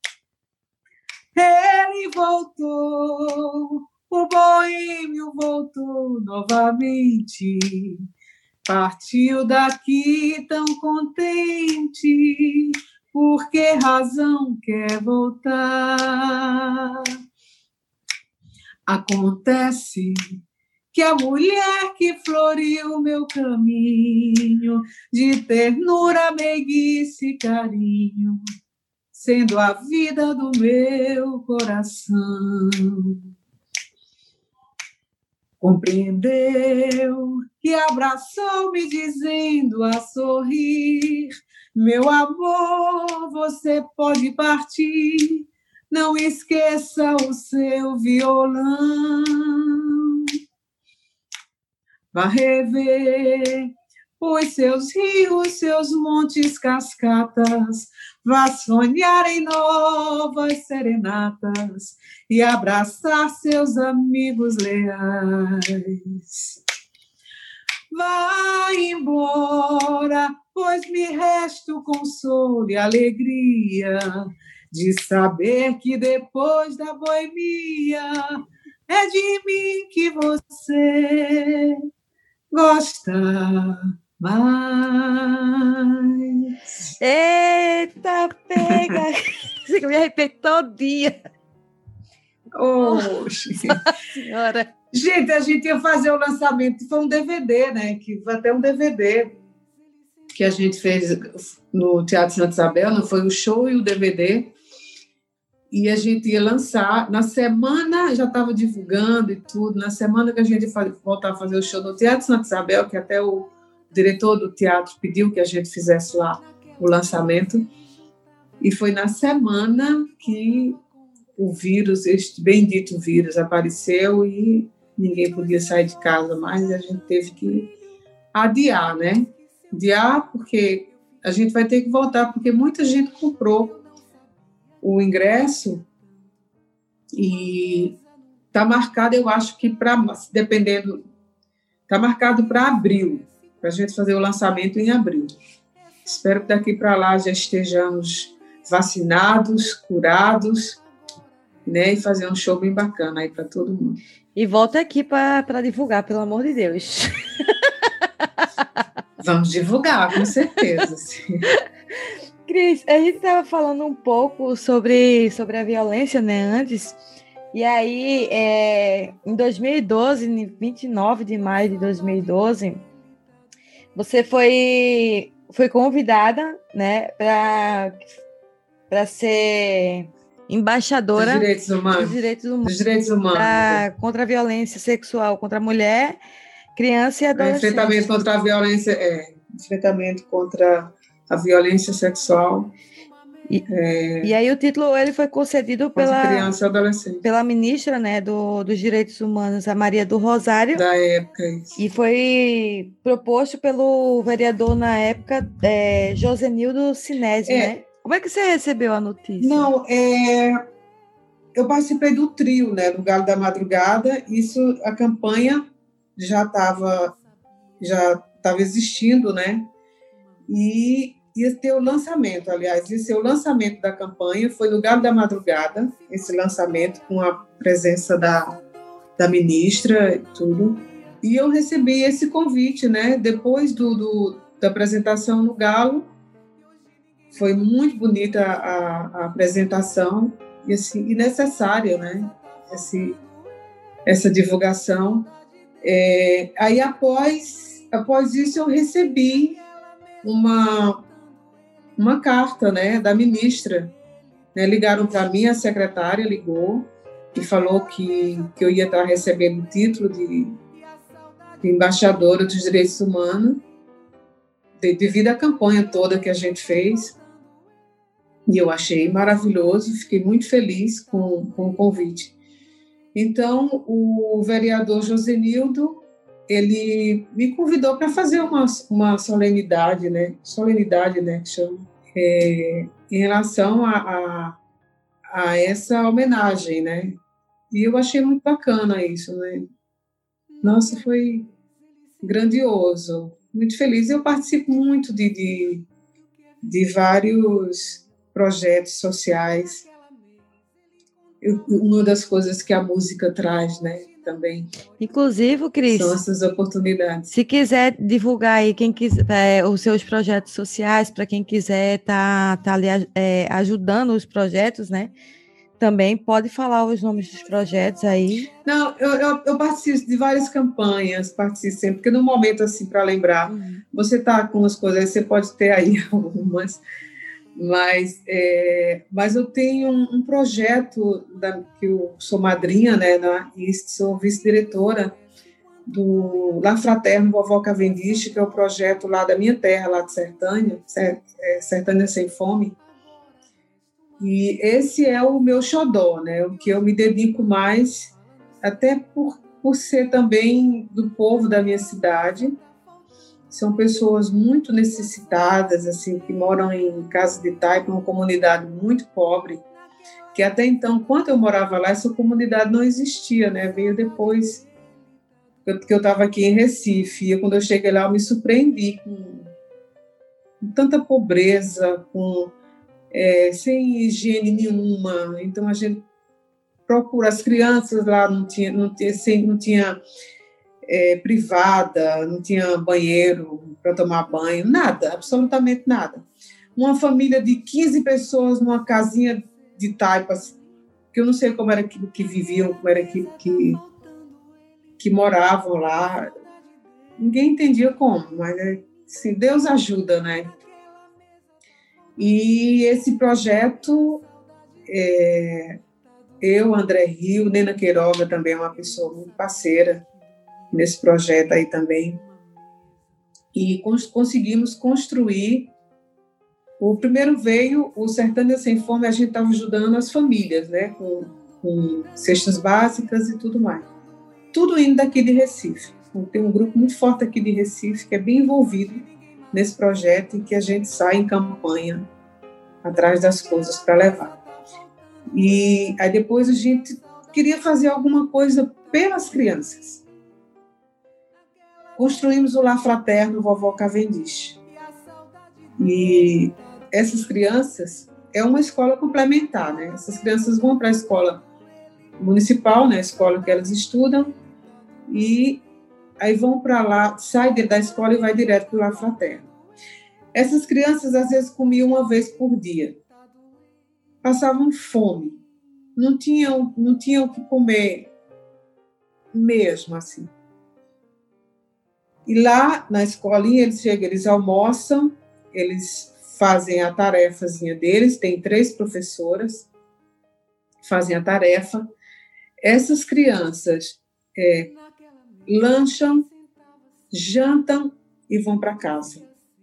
Ele voltou, o boêmio voltou novamente, partiu daqui tão contente, por que razão quer voltar? Acontece que a mulher que floriu meu caminho de ternura, meiguice e carinho, sendo a vida do meu coração, compreendeu e abraçou-me dizendo a sorrir, meu amor, você pode partir, não esqueça o seu violão. Vá rever os seus rios, seus montes, cascatas, vá sonhar em novas serenatas e abraçar seus amigos leais. Vá embora, pois me resta o consolo e alegria de saber que depois da boemia é de mim que você gosta mais. Eita, pega! Você me arrependo todo dia. Oxe. Senhora. Gente, a gente ia fazer o lançamento, foi um D V D, né? Que foi até um D V D que a gente fez no Teatro Santa Isabel, não foi o show e o D V D. E a gente ia lançar, na semana, já estava divulgando e tudo, na semana que a gente ia voltar a fazer o show no Teatro Santa Isabel, que até o diretor do teatro pediu que a gente fizesse lá o lançamento, e foi na semana que o vírus, este bendito vírus, apareceu e ninguém podia sair de casa mais, e a gente teve que adiar, né? Adiar porque a gente vai ter que voltar, porque muita gente comprou o ingresso e está marcado, eu acho que para, dependendo, está marcado para abril, para a gente fazer o lançamento em abril. Espero que daqui para lá já estejamos vacinados, curados, né, e fazer um show bem bacana aí para todo mundo. E volta aqui para divulgar, pelo amor de Deus. Vamos divulgar, com certeza. Cris, a gente estava falando um pouco sobre, sobre a violência, né, antes, e aí, é, em dois mil e doze, vinte e nove de maio de dois mil e doze, você foi, foi convidada, né, para ser embaixadora dos direitos humanos, dos direitos humanos, dos direitos humanos da, contra a violência sexual contra a mulher, criança e adolescente. É, enfrentamento contra a violência, é, enfrentamento contra a violência sexual. E, é, e aí o título ele foi concedido pela criança e adolescente, pela ministra, né, do, dos Direitos Humanos, a Maria do Rosário, da época, isso. E foi proposto pelo vereador na época, é, Josenildo Sinésio, é, né? Como é que você recebeu a notícia? Não, é, eu participei do trio, né, do Galo da Madrugada. Isso, a campanha já estava já estava existindo, né? E ia ter o lançamento, aliás, ia ser o lançamento da campanha, foi no Galo da Madrugada, esse lançamento, com a presença da, da ministra e tudo. E eu recebi esse convite, né? Depois do, do, da apresentação no Galo, foi muito bonita a, a apresentação e, assim, e necessária, né? Esse, essa divulgação. É, aí, após, após isso, eu recebi uma, uma carta, né, da ministra. Né? Ligaram para mim, a secretária ligou e falou que, que eu ia estar recebendo o título de, de embaixadora dos direitos humanos, de, devido à campanha toda que a gente fez. E eu achei maravilhoso, fiquei muito feliz com, com o convite. Então, o vereador Josenildo, ele me convidou para fazer uma, uma solenidade, né? Solenidade, né, que chama, é, em relação a, a, a essa homenagem, né? E eu achei muito bacana isso, né? Nossa, foi grandioso, muito feliz. Eu participo muito de, de, de vários projetos sociais. Eu, uma das coisas que a música traz, né, também. Inclusive, Cris, são essas oportunidades. Se quiser divulgar aí quem quiser, é, os seus projetos sociais, para quem quiser estar tá, tá ali é, ajudando os projetos, né? Também pode falar os nomes dos projetos aí. Não, eu, eu, eu participo de várias campanhas, participo sempre, porque no momento, assim, para lembrar, uhum. você está com as coisas, você pode ter aí algumas. Mas, é, mas eu tenho um, um projeto da, que eu sou madrinha, né, na, e sou vice-diretora do La Fraterno Vovó Cavendish, que é o projeto lá da minha terra, lá de Sertânia, Sertânia Sem Fome. E esse é o meu xodó, né, o que eu me dedico mais, até por, por ser também do povo da minha cidade. São pessoas muito necessitadas, assim, que moram em Casa de Taipa, uma comunidade muito pobre, que até então, quando eu morava lá, essa comunidade não existia, né? Veio depois que eu estava aqui em Recife. E quando eu cheguei lá, eu me surpreendi com, com tanta pobreza, com, é, sem higiene nenhuma. Então, a gente procura, as crianças lá não tinha, não tinha, sem, não tinha É, privada, não tinha banheiro para tomar banho, nada, absolutamente nada. Uma família de quinze pessoas numa casinha de taipas, que eu não sei como era que, que viviam, como era que, que, que moravam lá. Ninguém entendia como, mas assim, Deus ajuda, né? E esse projeto, é, eu, André Rio, Nena Queiroga também é uma pessoa muito parceira nesse projeto aí também, e cons- conseguimos construir. O primeiro veio o Sertânia Sem Fome, a gente estava ajudando as famílias, né, com, com cestas básicas e tudo mais. Tudo indo daqui de Recife. Então, tem um grupo muito forte aqui de Recife que é bem envolvido nesse projeto e que a gente sai em campanha atrás das coisas para levar. E aí depois a gente queria fazer alguma coisa pelas crianças. Construímos o Lar Fraterno Vovó Cavendish. E essas crianças, é uma escola complementar, né? Essas crianças vão para a escola municipal, né? A escola que elas estudam, e aí vão para lá, saem da escola e vai direto para o Lar Fraterno. Essas crianças, às vezes, comiam uma vez por dia. Passavam fome. Não tinham, não tinham o que comer mesmo, assim. E lá na escolinha, eles chegam, eles almoçam, eles fazem a tarefazinha deles, tem três professoras, fazem a tarefa. Essas crianças é, lancham, jantam e vão para casa.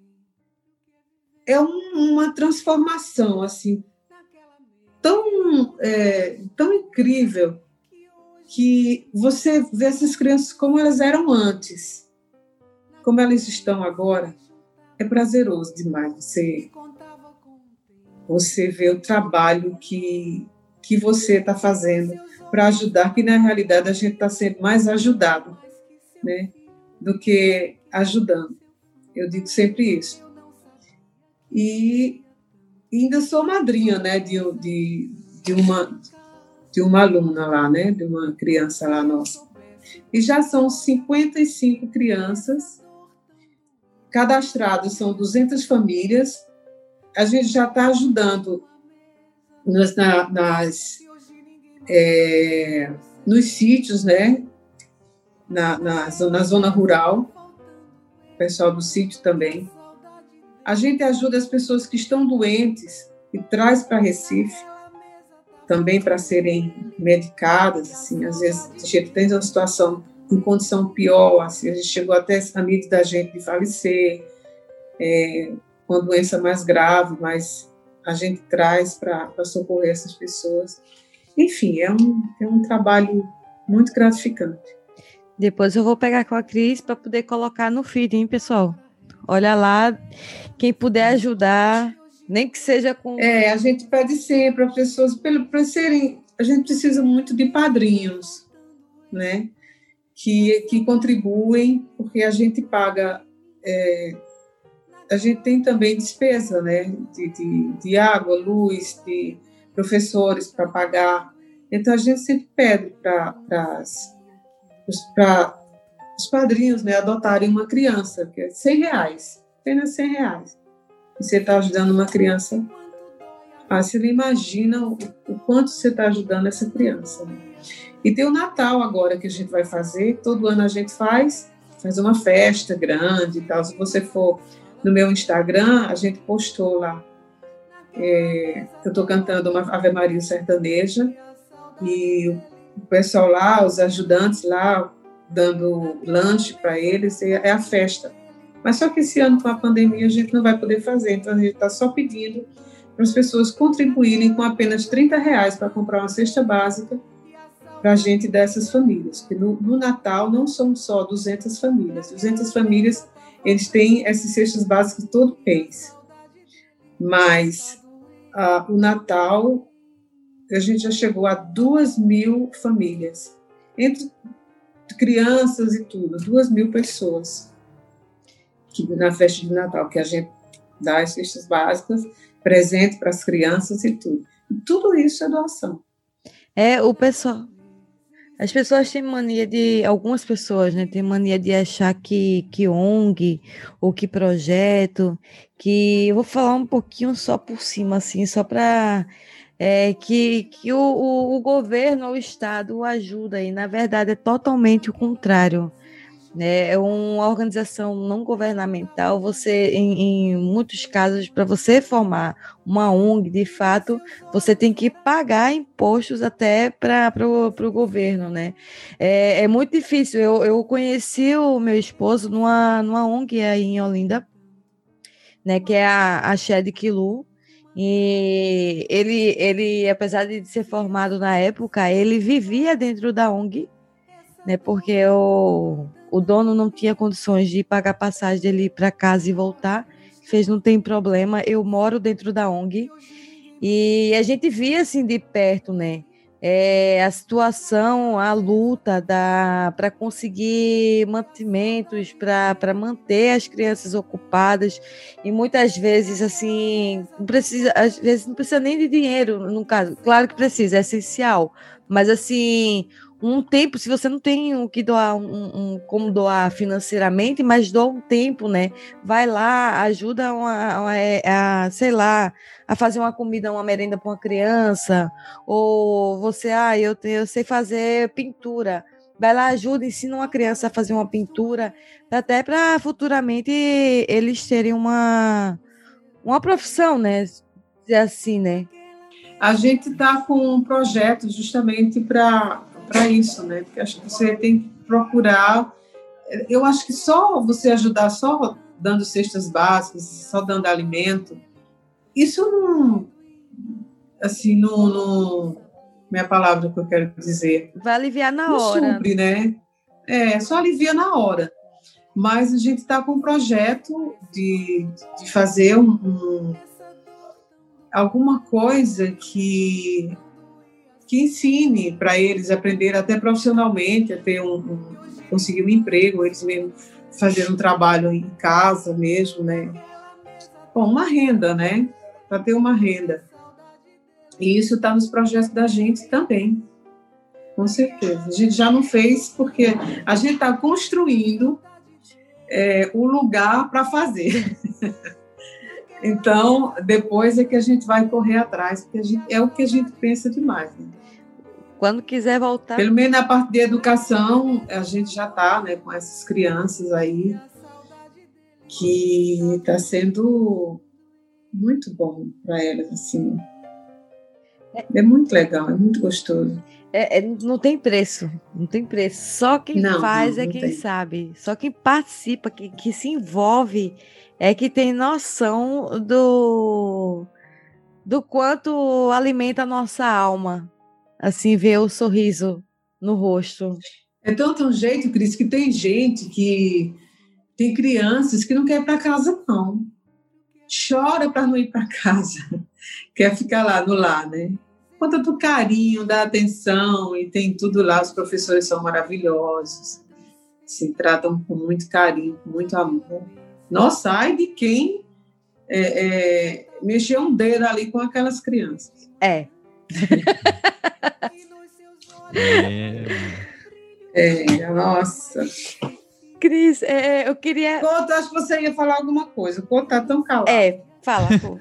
É um, uma transformação, assim, tão, é, tão incrível, que você vê essas crianças como elas eram antes, como elas estão agora. É prazeroso demais você, você ver o trabalho que, que você está fazendo para ajudar, que na realidade a gente está sendo mais ajudado, né, do que ajudando. Eu digo sempre isso. E ainda sou madrinha, né, de, de, de, uma, de uma aluna lá, né, de uma criança lá nossa. E já são cinquenta e cinco crianças, cadastrados são duzentas famílias. A gente já está ajudando nas, na, nas, é, nos sítios, né, na, na, na zona rural, o pessoal do sítio também. A gente ajuda as pessoas que estão doentes e traz para Recife, também para serem medicadas. Assim, às vezes a gente tem uma situação em condição pior, assim, a gente chegou até amigos da gente de falecer, é, com doença mais grave, mas a gente traz para socorrer essas pessoas. Enfim, é um, é um trabalho muito gratificante. Depois eu vou pegar com a Cris para poder colocar no feed, hein, pessoal? Olha lá, quem puder ajudar, nem que seja com... É, a gente pede sempre para pessoas, para serem... A gente precisa muito de padrinhos, né? Que, que contribuem, porque a gente paga... É, a gente tem também despesa, né? De, de, de água, luz, de professores para pagar. Então, a gente sempre pede para os padrinhos, né, adotarem uma criança, que é cem reais, apenas cem reais. E você está ajudando uma criança. Ah, você não imagina o, o quanto você está ajudando essa criança. Né? E tem o Natal agora que a gente vai fazer, todo ano a gente faz, faz uma festa grande e tal. Se você for no meu Instagram, a gente postou lá. É, eu estou cantando uma Ave Maria sertaneja e o pessoal lá, os ajudantes lá, dando lanche para eles, é a festa. Mas só que esse ano, com a pandemia, a gente não vai poder fazer, então a gente está só pedindo para as pessoas contribuírem com apenas trinta reais para comprar uma cesta básica para a gente dessas famílias. Porque no, no Natal não são só duzentas famílias, duzentas famílias, eles têm essas cestas básicas todo mês. Mas ah, o Natal, a gente já chegou a duas mil famílias, entre crianças e tudo, duas mil pessoas que, na festa de Natal, que a gente dá as cestas básicas, presente para as crianças e tudo. E tudo isso é doação. É, o pessoal... As pessoas têm mania de... Algumas pessoas, né, têm mania de achar que, que O N G ou que projeto, que... Eu vou falar um pouquinho só por cima, assim, só para... É, que, que o, o, o governo ou o Estado o ajuda, e na verdade é totalmente o contrário. Né? É uma organização não governamental. Você, em, em muitos casos, para você formar uma O N G, de fato, você tem que pagar impostos até para o governo. Né? É, é muito difícil. Eu, eu conheci o meu esposo numa, numa O N G aí em Olinda, né, que é a, a Shed Quilu. E ele, ele, apesar de ser formado na época, ele vivia dentro da O N G, né, porque o, o dono não tinha condições de pagar passagem dele ir para casa e voltar. Fez, não tem problema, eu moro dentro da O N G. E a gente via assim de perto, né, é, a situação, a luta para conseguir mantimentos, para manter as crianças ocupadas, e muitas vezes, assim, não precisa, às vezes não precisa nem de dinheiro, no caso, claro que precisa, é essencial, mas assim, um tempo, se você não tem o que doar, um, um, como doar financeiramente, mas doa um tempo, né? Vai lá, ajuda uma, uma, a, sei lá, a fazer uma comida, uma merenda para uma criança, ou você, ah, eu, eu sei fazer pintura, vai lá, ajuda, ensina uma criança a fazer uma pintura, até para futuramente eles terem uma, uma profissão, né? Assim, né? A gente está com um projeto justamente para para isso, né? Porque acho que você tem que procurar. Eu acho que só você ajudar só dando cestas básicas, só dando alimento, isso não, assim, não, não minha palavra que eu quero dizer. Vai aliviar na não hora. Supre, né? É, só alivia na hora. Mas a gente está com um projeto de, de fazer um, um, alguma coisa que que ensine para eles aprender até profissionalmente, a ter um, um, conseguir um emprego, eles mesmo fazerem um trabalho em casa mesmo, né? Bom, uma renda, né? Para ter uma renda. E isso está nos projetos da gente também, com certeza. A gente já não fez porque a gente está construindo é, o lugar para fazer. Então, depois é que a gente vai correr atrás, porque a gente, é o que a gente pensa demais. Né? Quando quiser voltar... Pelo menos na parte de educação, a gente já está, né, com essas crianças aí, que está sendo muito bom para elas, assim. É muito legal, é muito gostoso. É, é, não tem preço, não tem preço. Só quem não, faz não, é não quem tem. sabe. Só quem participa, que, que se envolve, é que tem noção do, do quanto alimenta a nossa alma. Assim, ver o sorriso no rosto. É tanto um jeito, Cris, que tem gente que... Tem crianças que não querem ir para casa, não. Chora para não ir para casa. Quer ficar lá no lar, né? Conta do carinho, da atenção, e tem tudo lá. Os professores são maravilhosos. Se tratam com muito carinho, com muito amor. Nossa, ai de quem é, é, mexer um dedo ali com aquelas crianças. É. É, é nossa. Cris, é, eu queria... Couto, acho que você ia falar alguma coisa. O Couto tá tão calado. É, fala, Couto.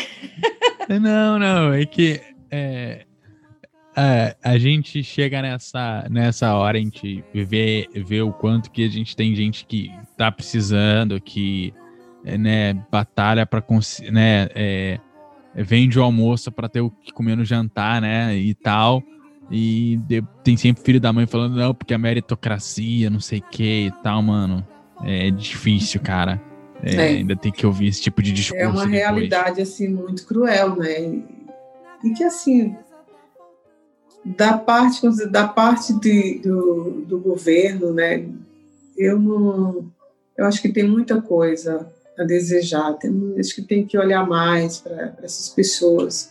Não, não, é que é, a, a gente chega nessa, nessa hora, a gente vê, vê o quanto que a gente tem gente que tá precisando, que né, batalha para conseguir, né, é, vende o almoço para ter o que comer no jantar, né, e tal. E de, tem sempre filho da mãe falando, não, porque a meritocracia, não sei o que e tal, mano. É difícil, cara. É, é. Ainda tem que ouvir esse tipo de discurso. É uma depois. realidade, assim, muito cruel, né? E que, assim, da parte, da parte de, do, do governo, né? Eu não... Eu acho que tem muita coisa a desejar. Tem, acho que tem que olhar mais para essas pessoas.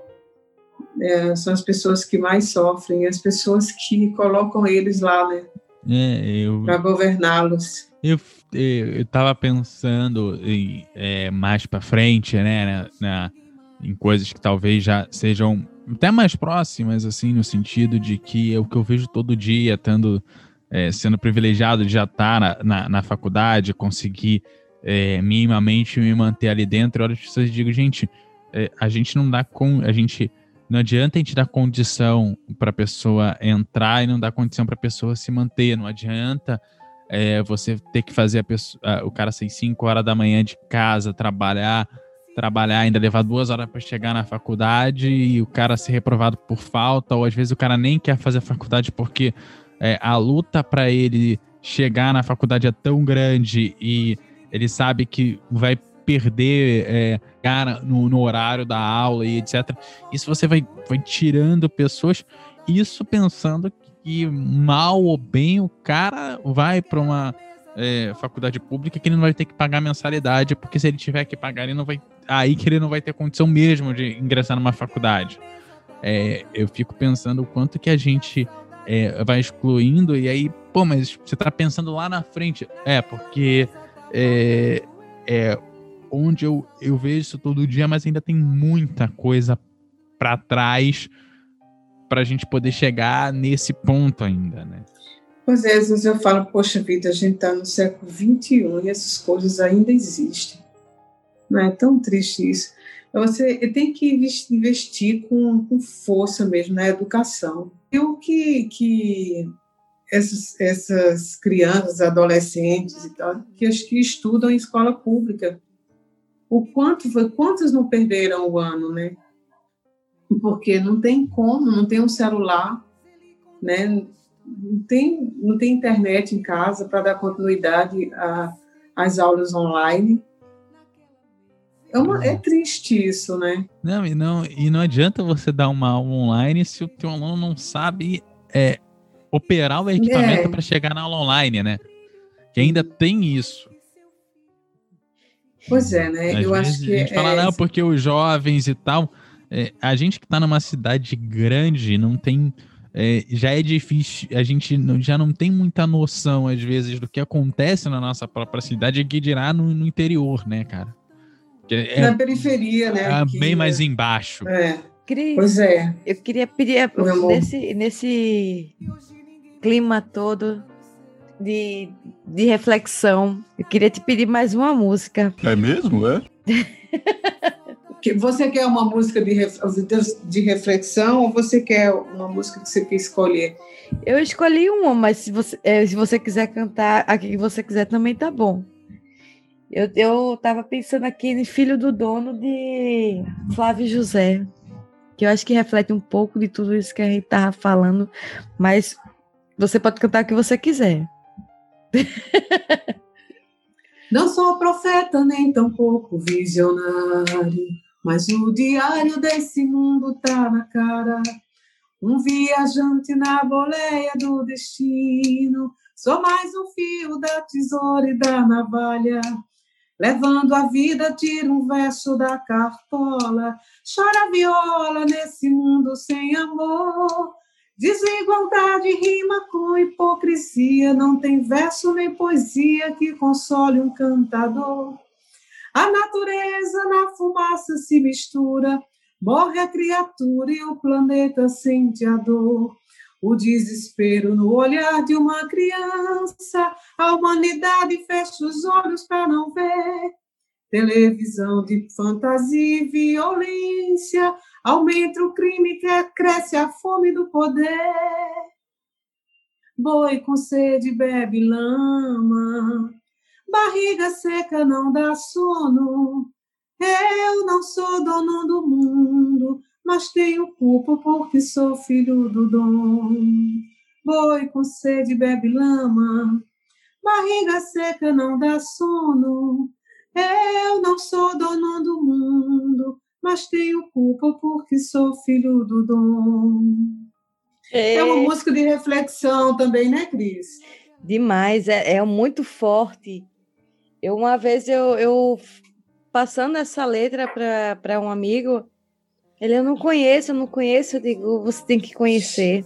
É, são as pessoas que mais sofrem, as pessoas que colocam eles lá, né? É, eu... Para governá-los. Eu, eu, eu tava pensando em, é, mais para frente, né, na, na, em coisas que talvez já sejam até mais próximas, assim, no sentido de que é o que eu vejo todo dia, tendo, é, sendo privilegiado de já estar na, na, na faculdade, conseguir é, minimamente me manter ali dentro. Olha, as pessoas digam, gente, é, a gente não dá com, a gente não adianta a gente dar condição para a pessoa entrar e não dar condição para a pessoa se manter. Não adianta é, você ter que fazer a pessoa, o cara sair cinco horas da manhã de casa, trabalhar, trabalhar, ainda levar duas horas para chegar na faculdade e o cara ser reprovado por falta, ou às vezes o cara nem quer fazer a faculdade porque é, a luta para ele chegar na faculdade é tão grande e ele sabe que vai perder é, cara no, no horário da aula e etcétera. Isso você vai, vai tirando pessoas, isso pensando que mal ou bem o cara vai para uma é, faculdade pública que ele não vai ter que pagar mensalidade, porque se ele tiver que pagar, ele não vai, aí que ele não vai ter condição mesmo de ingressar numa faculdade. É, eu fico pensando o quanto que a gente é, vai excluindo, e aí, pô, mas você tá pensando lá na frente. É, porque é, é onde eu, eu vejo isso todo dia, mas ainda tem muita coisa para trás para a gente poder chegar nesse ponto ainda, né? Pois é, às vezes eu falo, poxa vida, a gente está no século vinte e um e essas coisas ainda existem. Não é tão triste isso. Você tem que investir com, com força mesmo na educação. E o que, que essas, essas crianças, adolescentes e tal, que, que estudam em escola pública, o quanto foi, quantos não perderam o ano, né? Porque não tem como, não tem um celular, né? Não tem, não tem internet em casa para dar continuidade às aulas online. É, uma, é triste isso, né? Não, e não, e não adianta você dar uma aula online se o teu aluno não sabe é, operar o equipamento é. para chegar na aula online, né? Que ainda tem isso. Pois é, né? Às Eu vezes acho que a gente é... fala, não, porque os jovens e tal... É, a gente que tá numa cidade grande não tem... É, já é difícil, a gente não, já não tem muita noção, às vezes, do que acontece na nossa própria cidade, que dirá no, no interior, né, cara? É, na periferia, né? É aqui, bem mais né? embaixo. É. Cris, Pois é. eu queria pedir, nesse, nesse clima todo de, de reflexão, eu queria te pedir mais uma música. É mesmo, é? Você quer uma música de, de reflexão ou você quer uma música que você quer escolher? Eu escolhi uma, mas se você, se você quiser cantar a que você quiser também tá bom. Eu, eu tava pensando aqui em Filho do Dono, de Flávio José, que eu acho que reflete um pouco de tudo isso que a gente tava falando, mas você pode cantar o que você quiser. Não sou profeta, nem tampouco visionário, mas o diário desse mundo tá na cara. Um viajante na boleia do destino, sou mais um fio da tesoura e da navalha. Levando a vida, tira um verso da cartola, chora viola nesse mundo sem amor. Desigualdade rima com hipocrisia, não tem verso nem poesia que console um cantador. A natureza na fumaça se mistura, morre a criatura e o planeta sente a dor. O desespero no olhar de uma criança, a humanidade fecha os olhos para não ver. Televisão de fantasia e violência, aumenta o crime que cresce a fome do poder. Boi com sede bebe lama, barriga seca não dá sono. Eu não sou dono do mundo, mas tenho culpa porque sou filho do dono. Boi com sede bebe lama, barriga seca não dá sono. Eu não sou dono do mundo, mas tenho culpa porque sou filho do dono. É, é uma música de reflexão também, né, Cris? Demais, é, é muito forte. Eu, uma vez, eu, eu passando essa letra para um amigo, ele, eu não conheço, eu não conheço, eu digo, você tem que conhecer.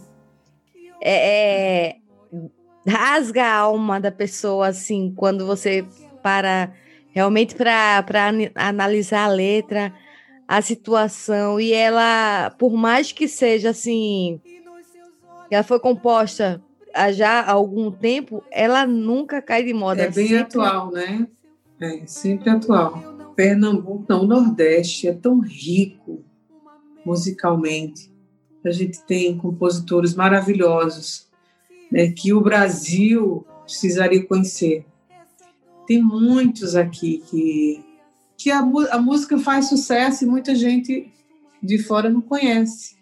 É, é, rasga a alma da pessoa, assim, quando você para realmente para analisar a letra, a situação, e ela, por mais que seja assim, ela foi composta há já há algum tempo, ela nunca cai de moda. É bem sempre... atual, né? É, sempre atual. Pernambuco, não, o Nordeste é tão rico musicalmente. A gente tem compositores maravilhosos, né, que o Brasil precisaria conhecer. Tem muitos aqui que, que a, a música faz sucesso e muita gente de fora não conhece.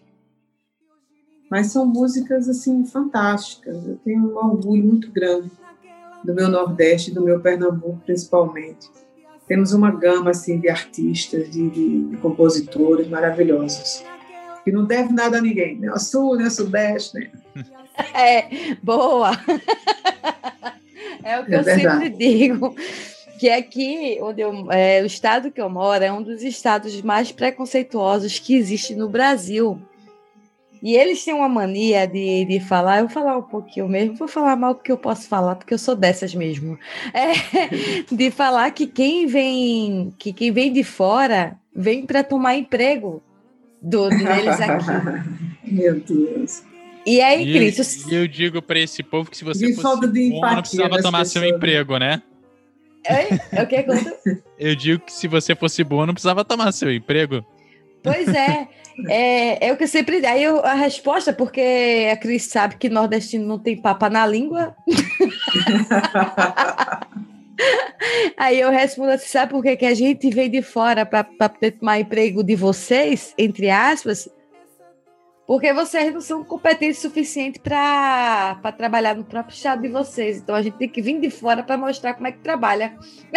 Mas são músicas assim fantásticas. Eu tenho um orgulho muito grande do meu Nordeste, do meu Pernambuco principalmente. Temos uma gama assim de artistas, de, de, de compositores maravilhosos, que não deve nada a ninguém, nem ao Sul, nem ao Sudeste, né? É, boa! É o que é eu verdade. sempre digo, que aqui, onde eu, é, o estado que eu moro, é um dos estados mais preconceituosos que existe no Brasil. E eles têm uma mania de, de falar, eu vou falar um pouquinho mesmo, vou falar mal porque eu posso falar, porque eu sou dessas mesmo. É, de falar que quem vem, que quem vem de fora vem para tomar emprego do, deles aqui. Meu Deus. E aí, e Cris? Eu, eu digo para esse povo que se você de fosse falta de bom, não precisava tomar seu emprego, né? É, é o que acontece? Eu digo que se você fosse bom, não precisava tomar seu emprego. Pois é, é, é o que eu sempre... Aí eu, a resposta, porque a Cris sabe que nordestino não tem papa na língua. Aí eu respondo assim, sabe por que, que a gente veio de fora para poder tomar emprego de vocês, entre aspas? Porque vocês não são competentes o suficiente para trabalhar no próprio estado de vocês. Então a gente tem que vir de fora para mostrar como é que trabalha.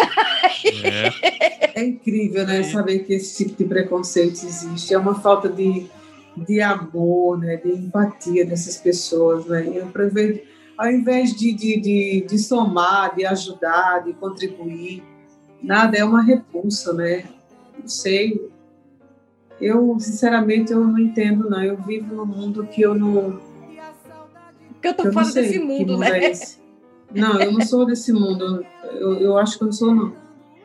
É, é incrível, né? Saber que esse tipo de preconceito existe. É uma falta de, de amor, né? De empatia dessas pessoas, né? Eu, ao invés de, de, de, de somar, de ajudar, de contribuir, nada, é uma repulsa, né? Não sei. Eu, sinceramente, eu não entendo, não. Eu vivo num mundo que eu não... Porque eu tô eu fora desse mundo, mundo né? É não, eu não sou desse mundo. Eu, eu acho que eu não sou, não.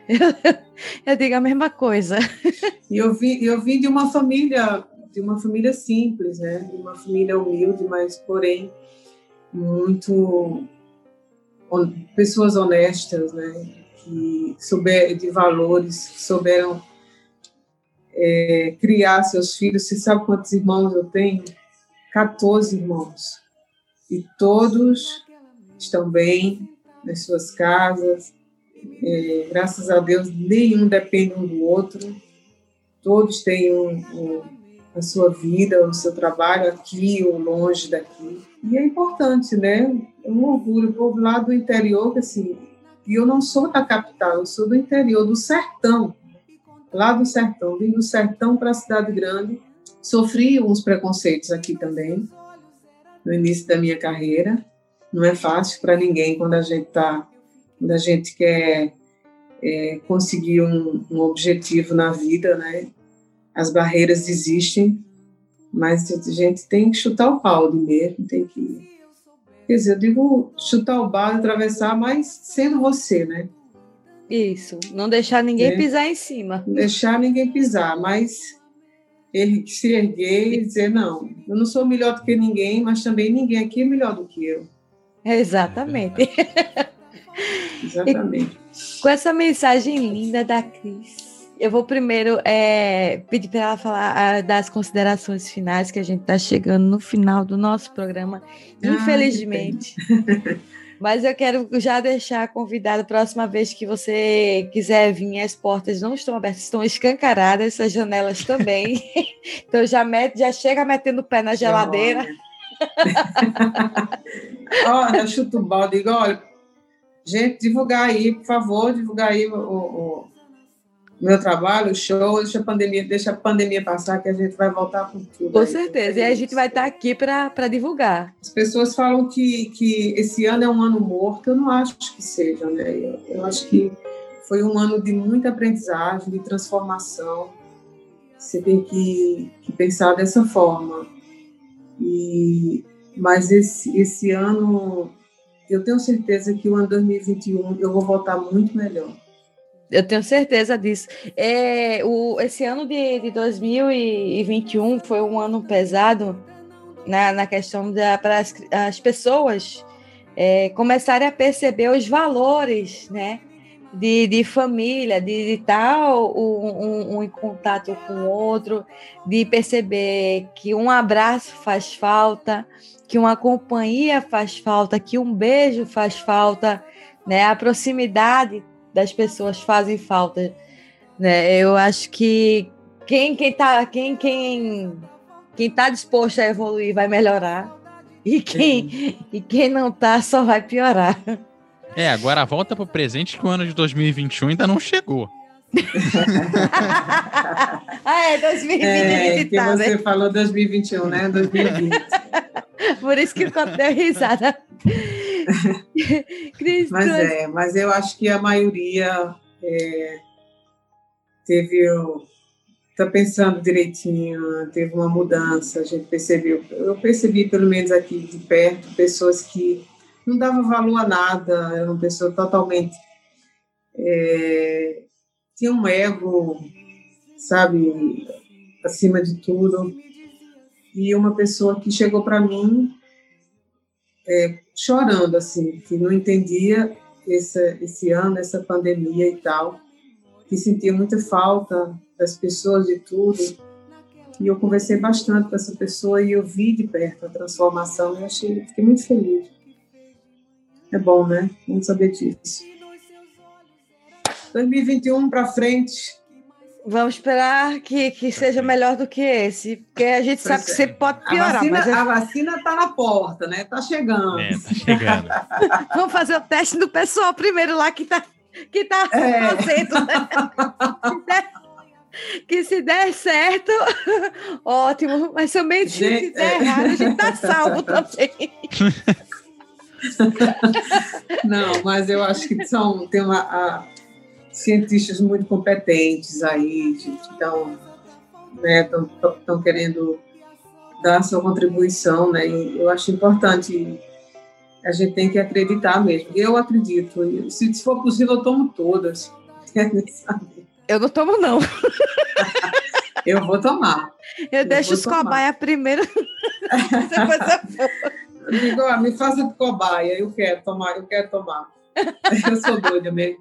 Eu digo a mesma coisa. E eu vim, eu vim de uma família, de uma família simples, né? De uma família humilde, mas porém muito on, pessoas honestas, né? Que souberam de valores, que souberam é, criar seus filhos. Você sabe quantos irmãos eu tenho? quatorze irmãos. E todos estão bem nas suas casas. É, graças a Deus, nenhum depende um do outro. Todos têm um, um, a sua vida, o seu trabalho aqui ou longe daqui. E é importante, né? É um orgulho. O povo lá do interior, que assim, e eu não sou da capital, eu sou do interior, do sertão. Lá do sertão, vim do sertão para a cidade grande. Sofri uns preconceitos aqui também, no início da minha carreira. Não é fácil para ninguém quando a gente tá, quando a gente quer é, conseguir um, um objetivo na vida, né? As barreiras existem, mas a gente tem que chutar o balde mesmo, tem que... Quer dizer, eu digo chutar o balde, atravessar, mas sendo você, né? Isso, não deixar ninguém é. pisar em cima. Não deixar ninguém pisar, mas ele se erguer e dizer, não, eu não sou melhor do que ninguém, mas também ninguém aqui é melhor do que eu. Exatamente. Exatamente. E, com essa mensagem linda da Cris, eu vou primeiro é, pedir para ela falar a, das considerações finais, que a gente está chegando no final do nosso programa, ah, infelizmente. Mas eu quero já deixar convidado, próxima vez que você quiser vir, as portas não estão abertas, estão escancaradas, as janelas também. Então já, mete, já chega metendo o pé na geladeira. Olha, chuta o balde, digo, olha, gente, divulgar aí, por favor, divulgar aí o, o, o meu trabalho, o show, deixa a pandemia, deixa a pandemia passar, que a gente vai voltar com tudo. Com aí, certeza, e a gente vai estar aqui para divulgar. As pessoas falam que, que esse ano é um ano morto, eu não acho que seja, né? Eu, eu acho que foi um ano de muita aprendizagem, de transformação. Você tem que, que pensar dessa forma. E, mas esse, esse ano, eu tenho certeza que o ano dois mil e vinte e um eu vou voltar muito melhor. Eu tenho certeza disso. É, o, esse ano de, de dois mil e vinte e um foi um ano pesado na, na questão da, para as, as pessoas é, começarem a perceber os valores, né, de, de família, de estar um, um, um em contato com o outro, de perceber que um abraço faz falta, que uma companhia faz falta, que um beijo faz falta, né, a proximidade das pessoas fazem falta, né? Eu acho que quem quem tá quem quem quem tá disposto a evoluir vai melhorar e quem é. e quem não tá só vai piorar. É, agora volta pro presente que o ano de dois mil e vinte e um ainda não chegou. Ah, é dois mil e vinte. É, que tá, você né? falou dois mil e vinte e um, né? dois mil e vinte. Por isso que eu dei risada. Cris, mas trouxe... é, mas eu acho que a maioria é, teve, está pensando direitinho, teve uma mudança, a gente percebeu, eu percebi pelo menos aqui de perto, pessoas que não davam valor a nada, era uma pessoa totalmente, é, tinha um ego, sabe, acima de tudo, e uma pessoa que chegou para mim É, chorando, assim, que não entendia esse, esse ano, essa pandemia e tal, que sentia muita falta das pessoas, de tudo, e eu conversei bastante com essa pessoa e eu vi de perto a transformação e eu achei, fiquei muito feliz. É bom, né? Vamos saber disso. dois mil e vinte e um para frente... Vamos esperar que, que seja melhor do que esse, porque a gente sabe que sempre pode piorar. A vacina mas é... a vacina está na porta, né? Está chegando. É, tá chegando. Vamos fazer o teste do pessoal primeiro lá que está que tá é. fazendo, né? Que, der, que se der certo, ótimo, mas também se Gente, der é. errado, a gente está salvo também. Não, mas eu acho que são, tem uma... A, cientistas muito competentes aí, que estão, né, estão querendo dar a sua contribuição, né, e eu acho importante, a gente tem que acreditar mesmo. Eu acredito, se for possível eu tomo todas, querem saber. Eu não tomo, não. Eu vou tomar. Eu, eu deixo os cobaia primeiro. Eu digo, ó, me faça de cobaia, eu quero tomar, eu quero tomar. Eu sou doida mesmo.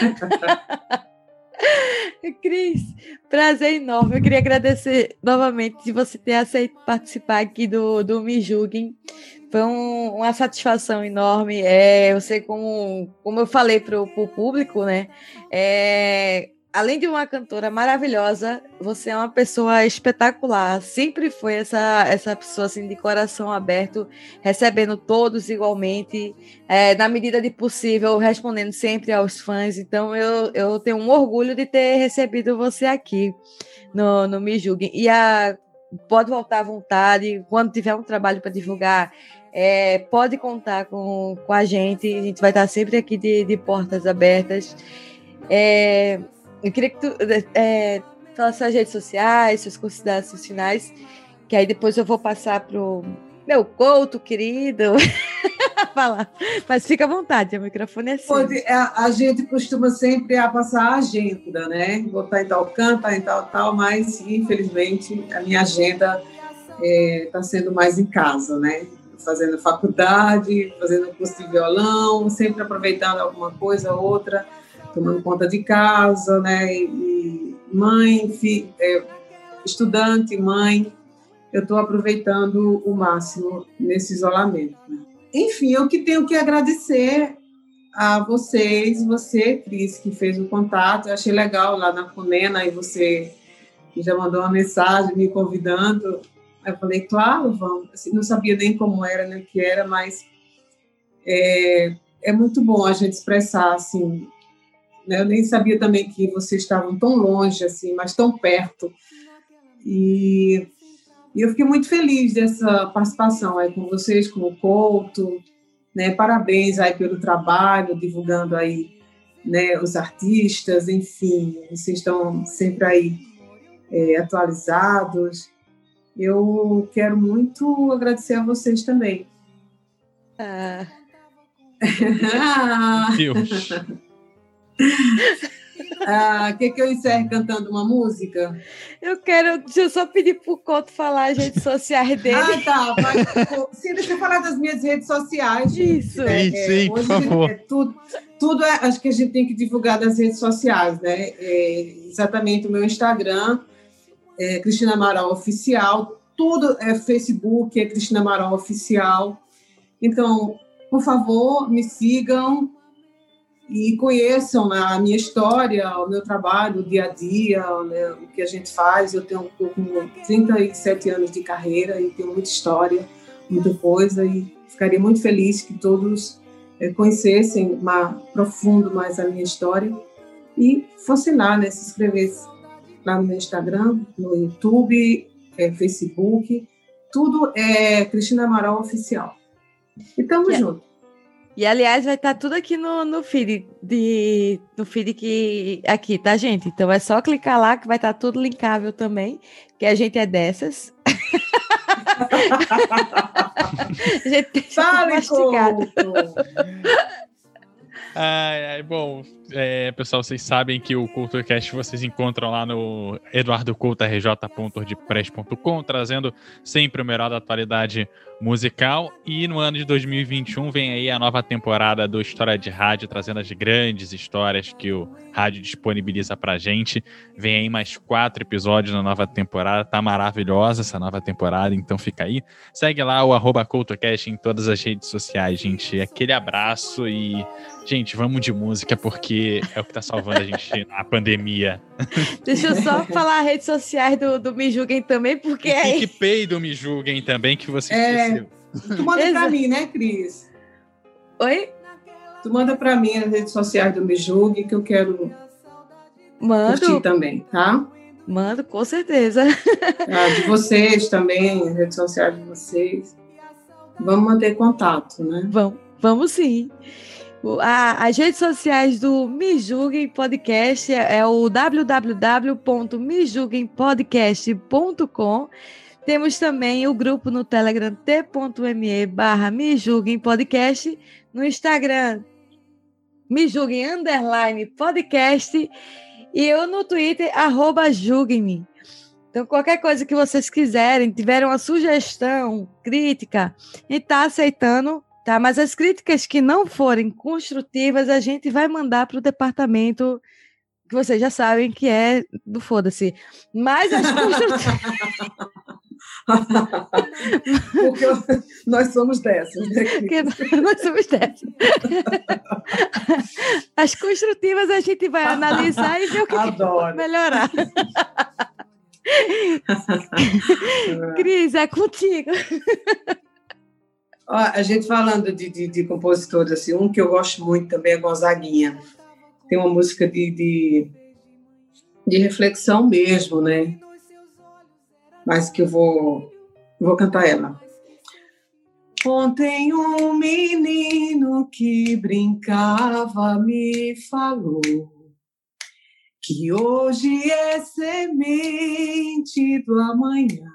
Cris, prazer enorme. Eu queria agradecer novamente de você ter aceito participar aqui do, do Me Julguem. Foi um, uma satisfação enorme. É, você, como, como eu falei para o público, né? É, além de uma cantora maravilhosa, você é uma pessoa espetacular. Sempre foi essa, essa pessoa assim, de coração aberto, recebendo todos igualmente, é, na medida de possível, respondendo sempre aos fãs. Então, eu, eu tenho um orgulho de ter recebido você aqui no, no Me Julguem. E a, pode voltar à vontade, quando tiver um trabalho para divulgar, é, pode contar com, com a gente. A gente vai estar sempre aqui de, de portas abertas. É, eu queria que tu é, falasse suas redes sociais, suas considerações finais, que aí depois eu vou passar pro meu Couto querido falar. Mas fica à vontade, o microfone é seu. Pode, a, a gente costuma sempre a passar a agenda, né? Botar em tal canto, em tal, tal, mas infelizmente a minha agenda está é, sendo mais em casa, né? Fazendo faculdade, fazendo curso de violão, sempre aproveitando alguma coisa ou outra, tomando conta de casa, né? E mãe, filho, é, estudante, mãe, eu estou aproveitando o máximo nesse isolamento. Né? Enfim, eu que tenho que agradecer a vocês, você, Cris, que fez o contato. Eu achei legal lá na Funena, e você já mandou uma mensagem me convidando. Eu falei, claro, vamos. Assim, não sabia nem como era, nem o que era, mas é, é muito bom a gente expressar, assim, né? Eu nem sabia também que vocês estavam tão longe, assim, mas tão perto. E, e eu fiquei muito feliz dessa participação aí com vocês, com o Couto, né? Parabéns aí pelo trabalho, divulgando aí, né, os artistas, enfim, vocês estão sempre aí é, atualizados. Eu quero muito agradecer a vocês também. Ah. Deus. Ah, quer que eu encerre cantando uma música? Eu quero, deixa eu só pedir pro Couto falar as redes sociais dele. Ah, tá. Mas, sim, deixa eu falar das minhas redes sociais. Isso. Né? Sim, sim, é, por hoje, favor. É, tudo, tudo é, acho que a gente tem que divulgar das redes sociais, né? É, exatamente o meu Instagram, é Cristina Amaral Oficial, tudo é Facebook, é Cristina Amaral Oficial. Então, por favor, me sigam e conheçam a minha história, o meu trabalho, o dia a dia, né, o que a gente faz. Eu tenho com trinta e sete anos de carreira e tenho muita história, muita coisa, e ficaria muito feliz que todos é, conhecessem mais profundo mais a minha história e fossem lá, né, se inscrevessem lá no meu Instagram, no YouTube, é, Facebook, tudo é Cristina Amaral Oficial. E tamo yeah. junto. E, aliás, vai estar tudo aqui no, no feed, de, no feed que, aqui, tá, gente? Então, é só clicar lá que vai estar tudo linkável também, que a gente é dessas. A gente deixa Fale, mastigado. Ai, ai, bom, é, pessoal, vocês sabem que o CultoCast vocês encontram lá no eduardo couto r j ponto wordpress ponto com, trazendo sempre o melhor da atualidade musical. E no ano de dois mil e vinte e um vem aí a nova temporada do História de Rádio, trazendo as grandes histórias que o rádio disponibiliza pra gente. Vem aí mais quatro episódios na nova temporada, tá maravilhosa essa nova temporada, então fica aí. Segue lá o arroba CultoCast em todas as redes sociais, gente. Aquele abraço e, gente, vamos de música, porque é o que tá salvando a gente na pandemia. Deixa eu só falar as redes sociais do, do Me Julguem também, porque E aí... PicPay do Me Julguem também, que você É, esqueceu. tu manda Exato. pra mim, né, Cris? Oi? Tu manda pra mim as redes sociais do Me Julgue, que eu quero curtir Mando, também, tá? mando, com certeza. Ah, de vocês também, as redes sociais de vocês. Vamos manter contato, né? Vamos, vamos sim. O- a- as redes sociais do Me Julguem Podcast é, é o w w w ponto me julguem podcast ponto com. Temos também o grupo no Telegram t ponto m e barra Me Julguem Podcast. No Instagram, Me Julguem Underline Podcast e eu no Twitter, arroba Julguem-me. Então, qualquer coisa que vocês quiserem, tiverem uma sugestão, crítica, a gente está aceitando, tá? Mas as críticas que não forem construtivas, a gente vai mandar para o departamento que vocês já sabem que é do foda-se. Mas as construtivas... Porque nós somos dessas, né? Porque nós somos dessas. As construtivas a gente vai analisar e ver o que, que pode melhorar. Cris, é contigo. Ó, a gente falando de, de, de compositores, assim, um que eu gosto muito também é Gonzaguinha. Tem uma música de, de, de reflexão mesmo, né? Mas que eu vou, vou cantar ela. Ontem um menino que brincava me falou que hoje é semente do amanhã.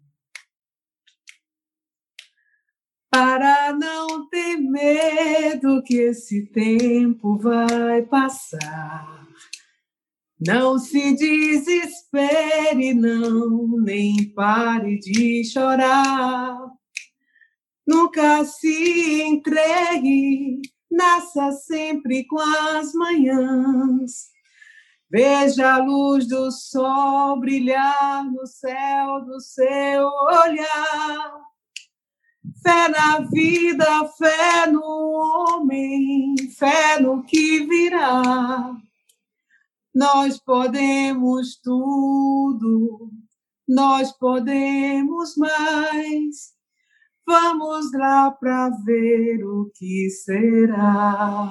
Para não ter medo que esse tempo vai passar. Não se desespere, não, nem pare de chorar. Nunca se entregue, nasça sempre com as manhãs. Veja a luz do sol brilhar no céu do seu olhar. Fé na vida, fé no homem, fé no que virá. Nós podemos tudo, nós podemos mais. Vamos lá para ver o que será.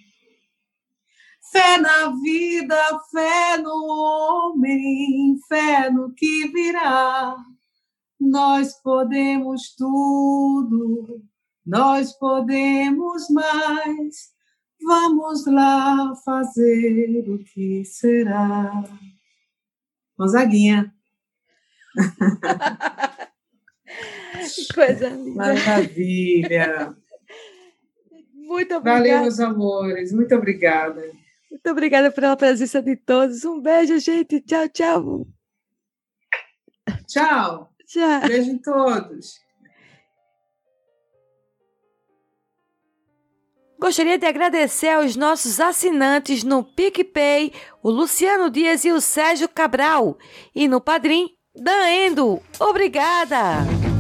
Fé na vida, fé no homem, fé no que virá. Nós podemos tudo, nós podemos mais. Vamos lá fazer o que será. Gonzaguinha. Coisa linda. Maravilha. Muito obrigada. Valeu, meus amores. Muito obrigada. Muito obrigada pela presença de todos. Um beijo, gente. Tchau, tchau. Tchau. Tchau. Beijo em todos. Gostaria de agradecer aos nossos assinantes no PicPay, o Luciano Dias e o Sérgio Cabral. E no Padrim, Dan Endo. Obrigada!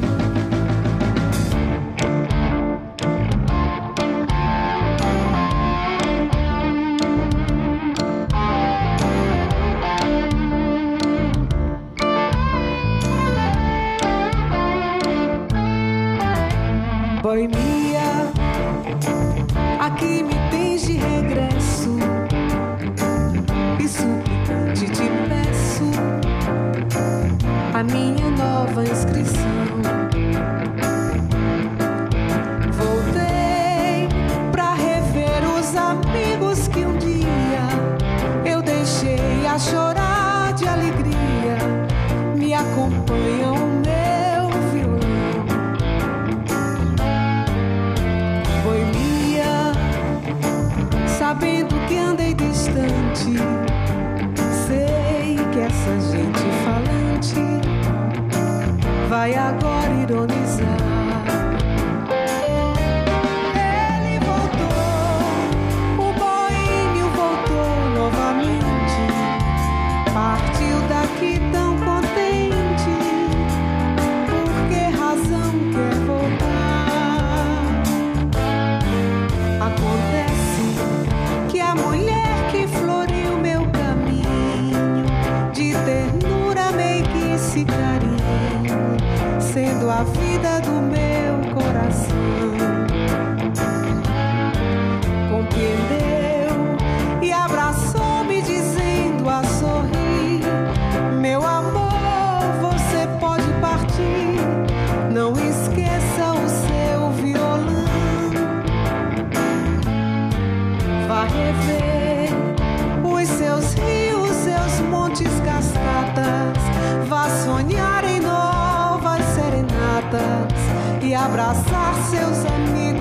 Boemia, aqui me tens de regresso, e suplicante te peço a minha nova inscrição. Voltei pra rever os amigos que um dia eu deixei a chorar de alegria. Me acompanham o meu violão. Boemia, sabendo que andei distante, sei que essa gente falante vai agora ironizar. Ele voltou, o boêmio voltou novamente, partiu daqui tão contente. Por que razão quer voltar? Acontece que a mulher que floriu meu caminho, de ternura, meiguice e carinho, sendo a vida do meu coração, compreendeu e abraçou-me dizendo a sorrir: meu amor, você pode partir, não esqueça o seu violão. Vá rever os seus rios, seus montes, cascatas, vá sonhar em novas serenatas e abraçar seus amigos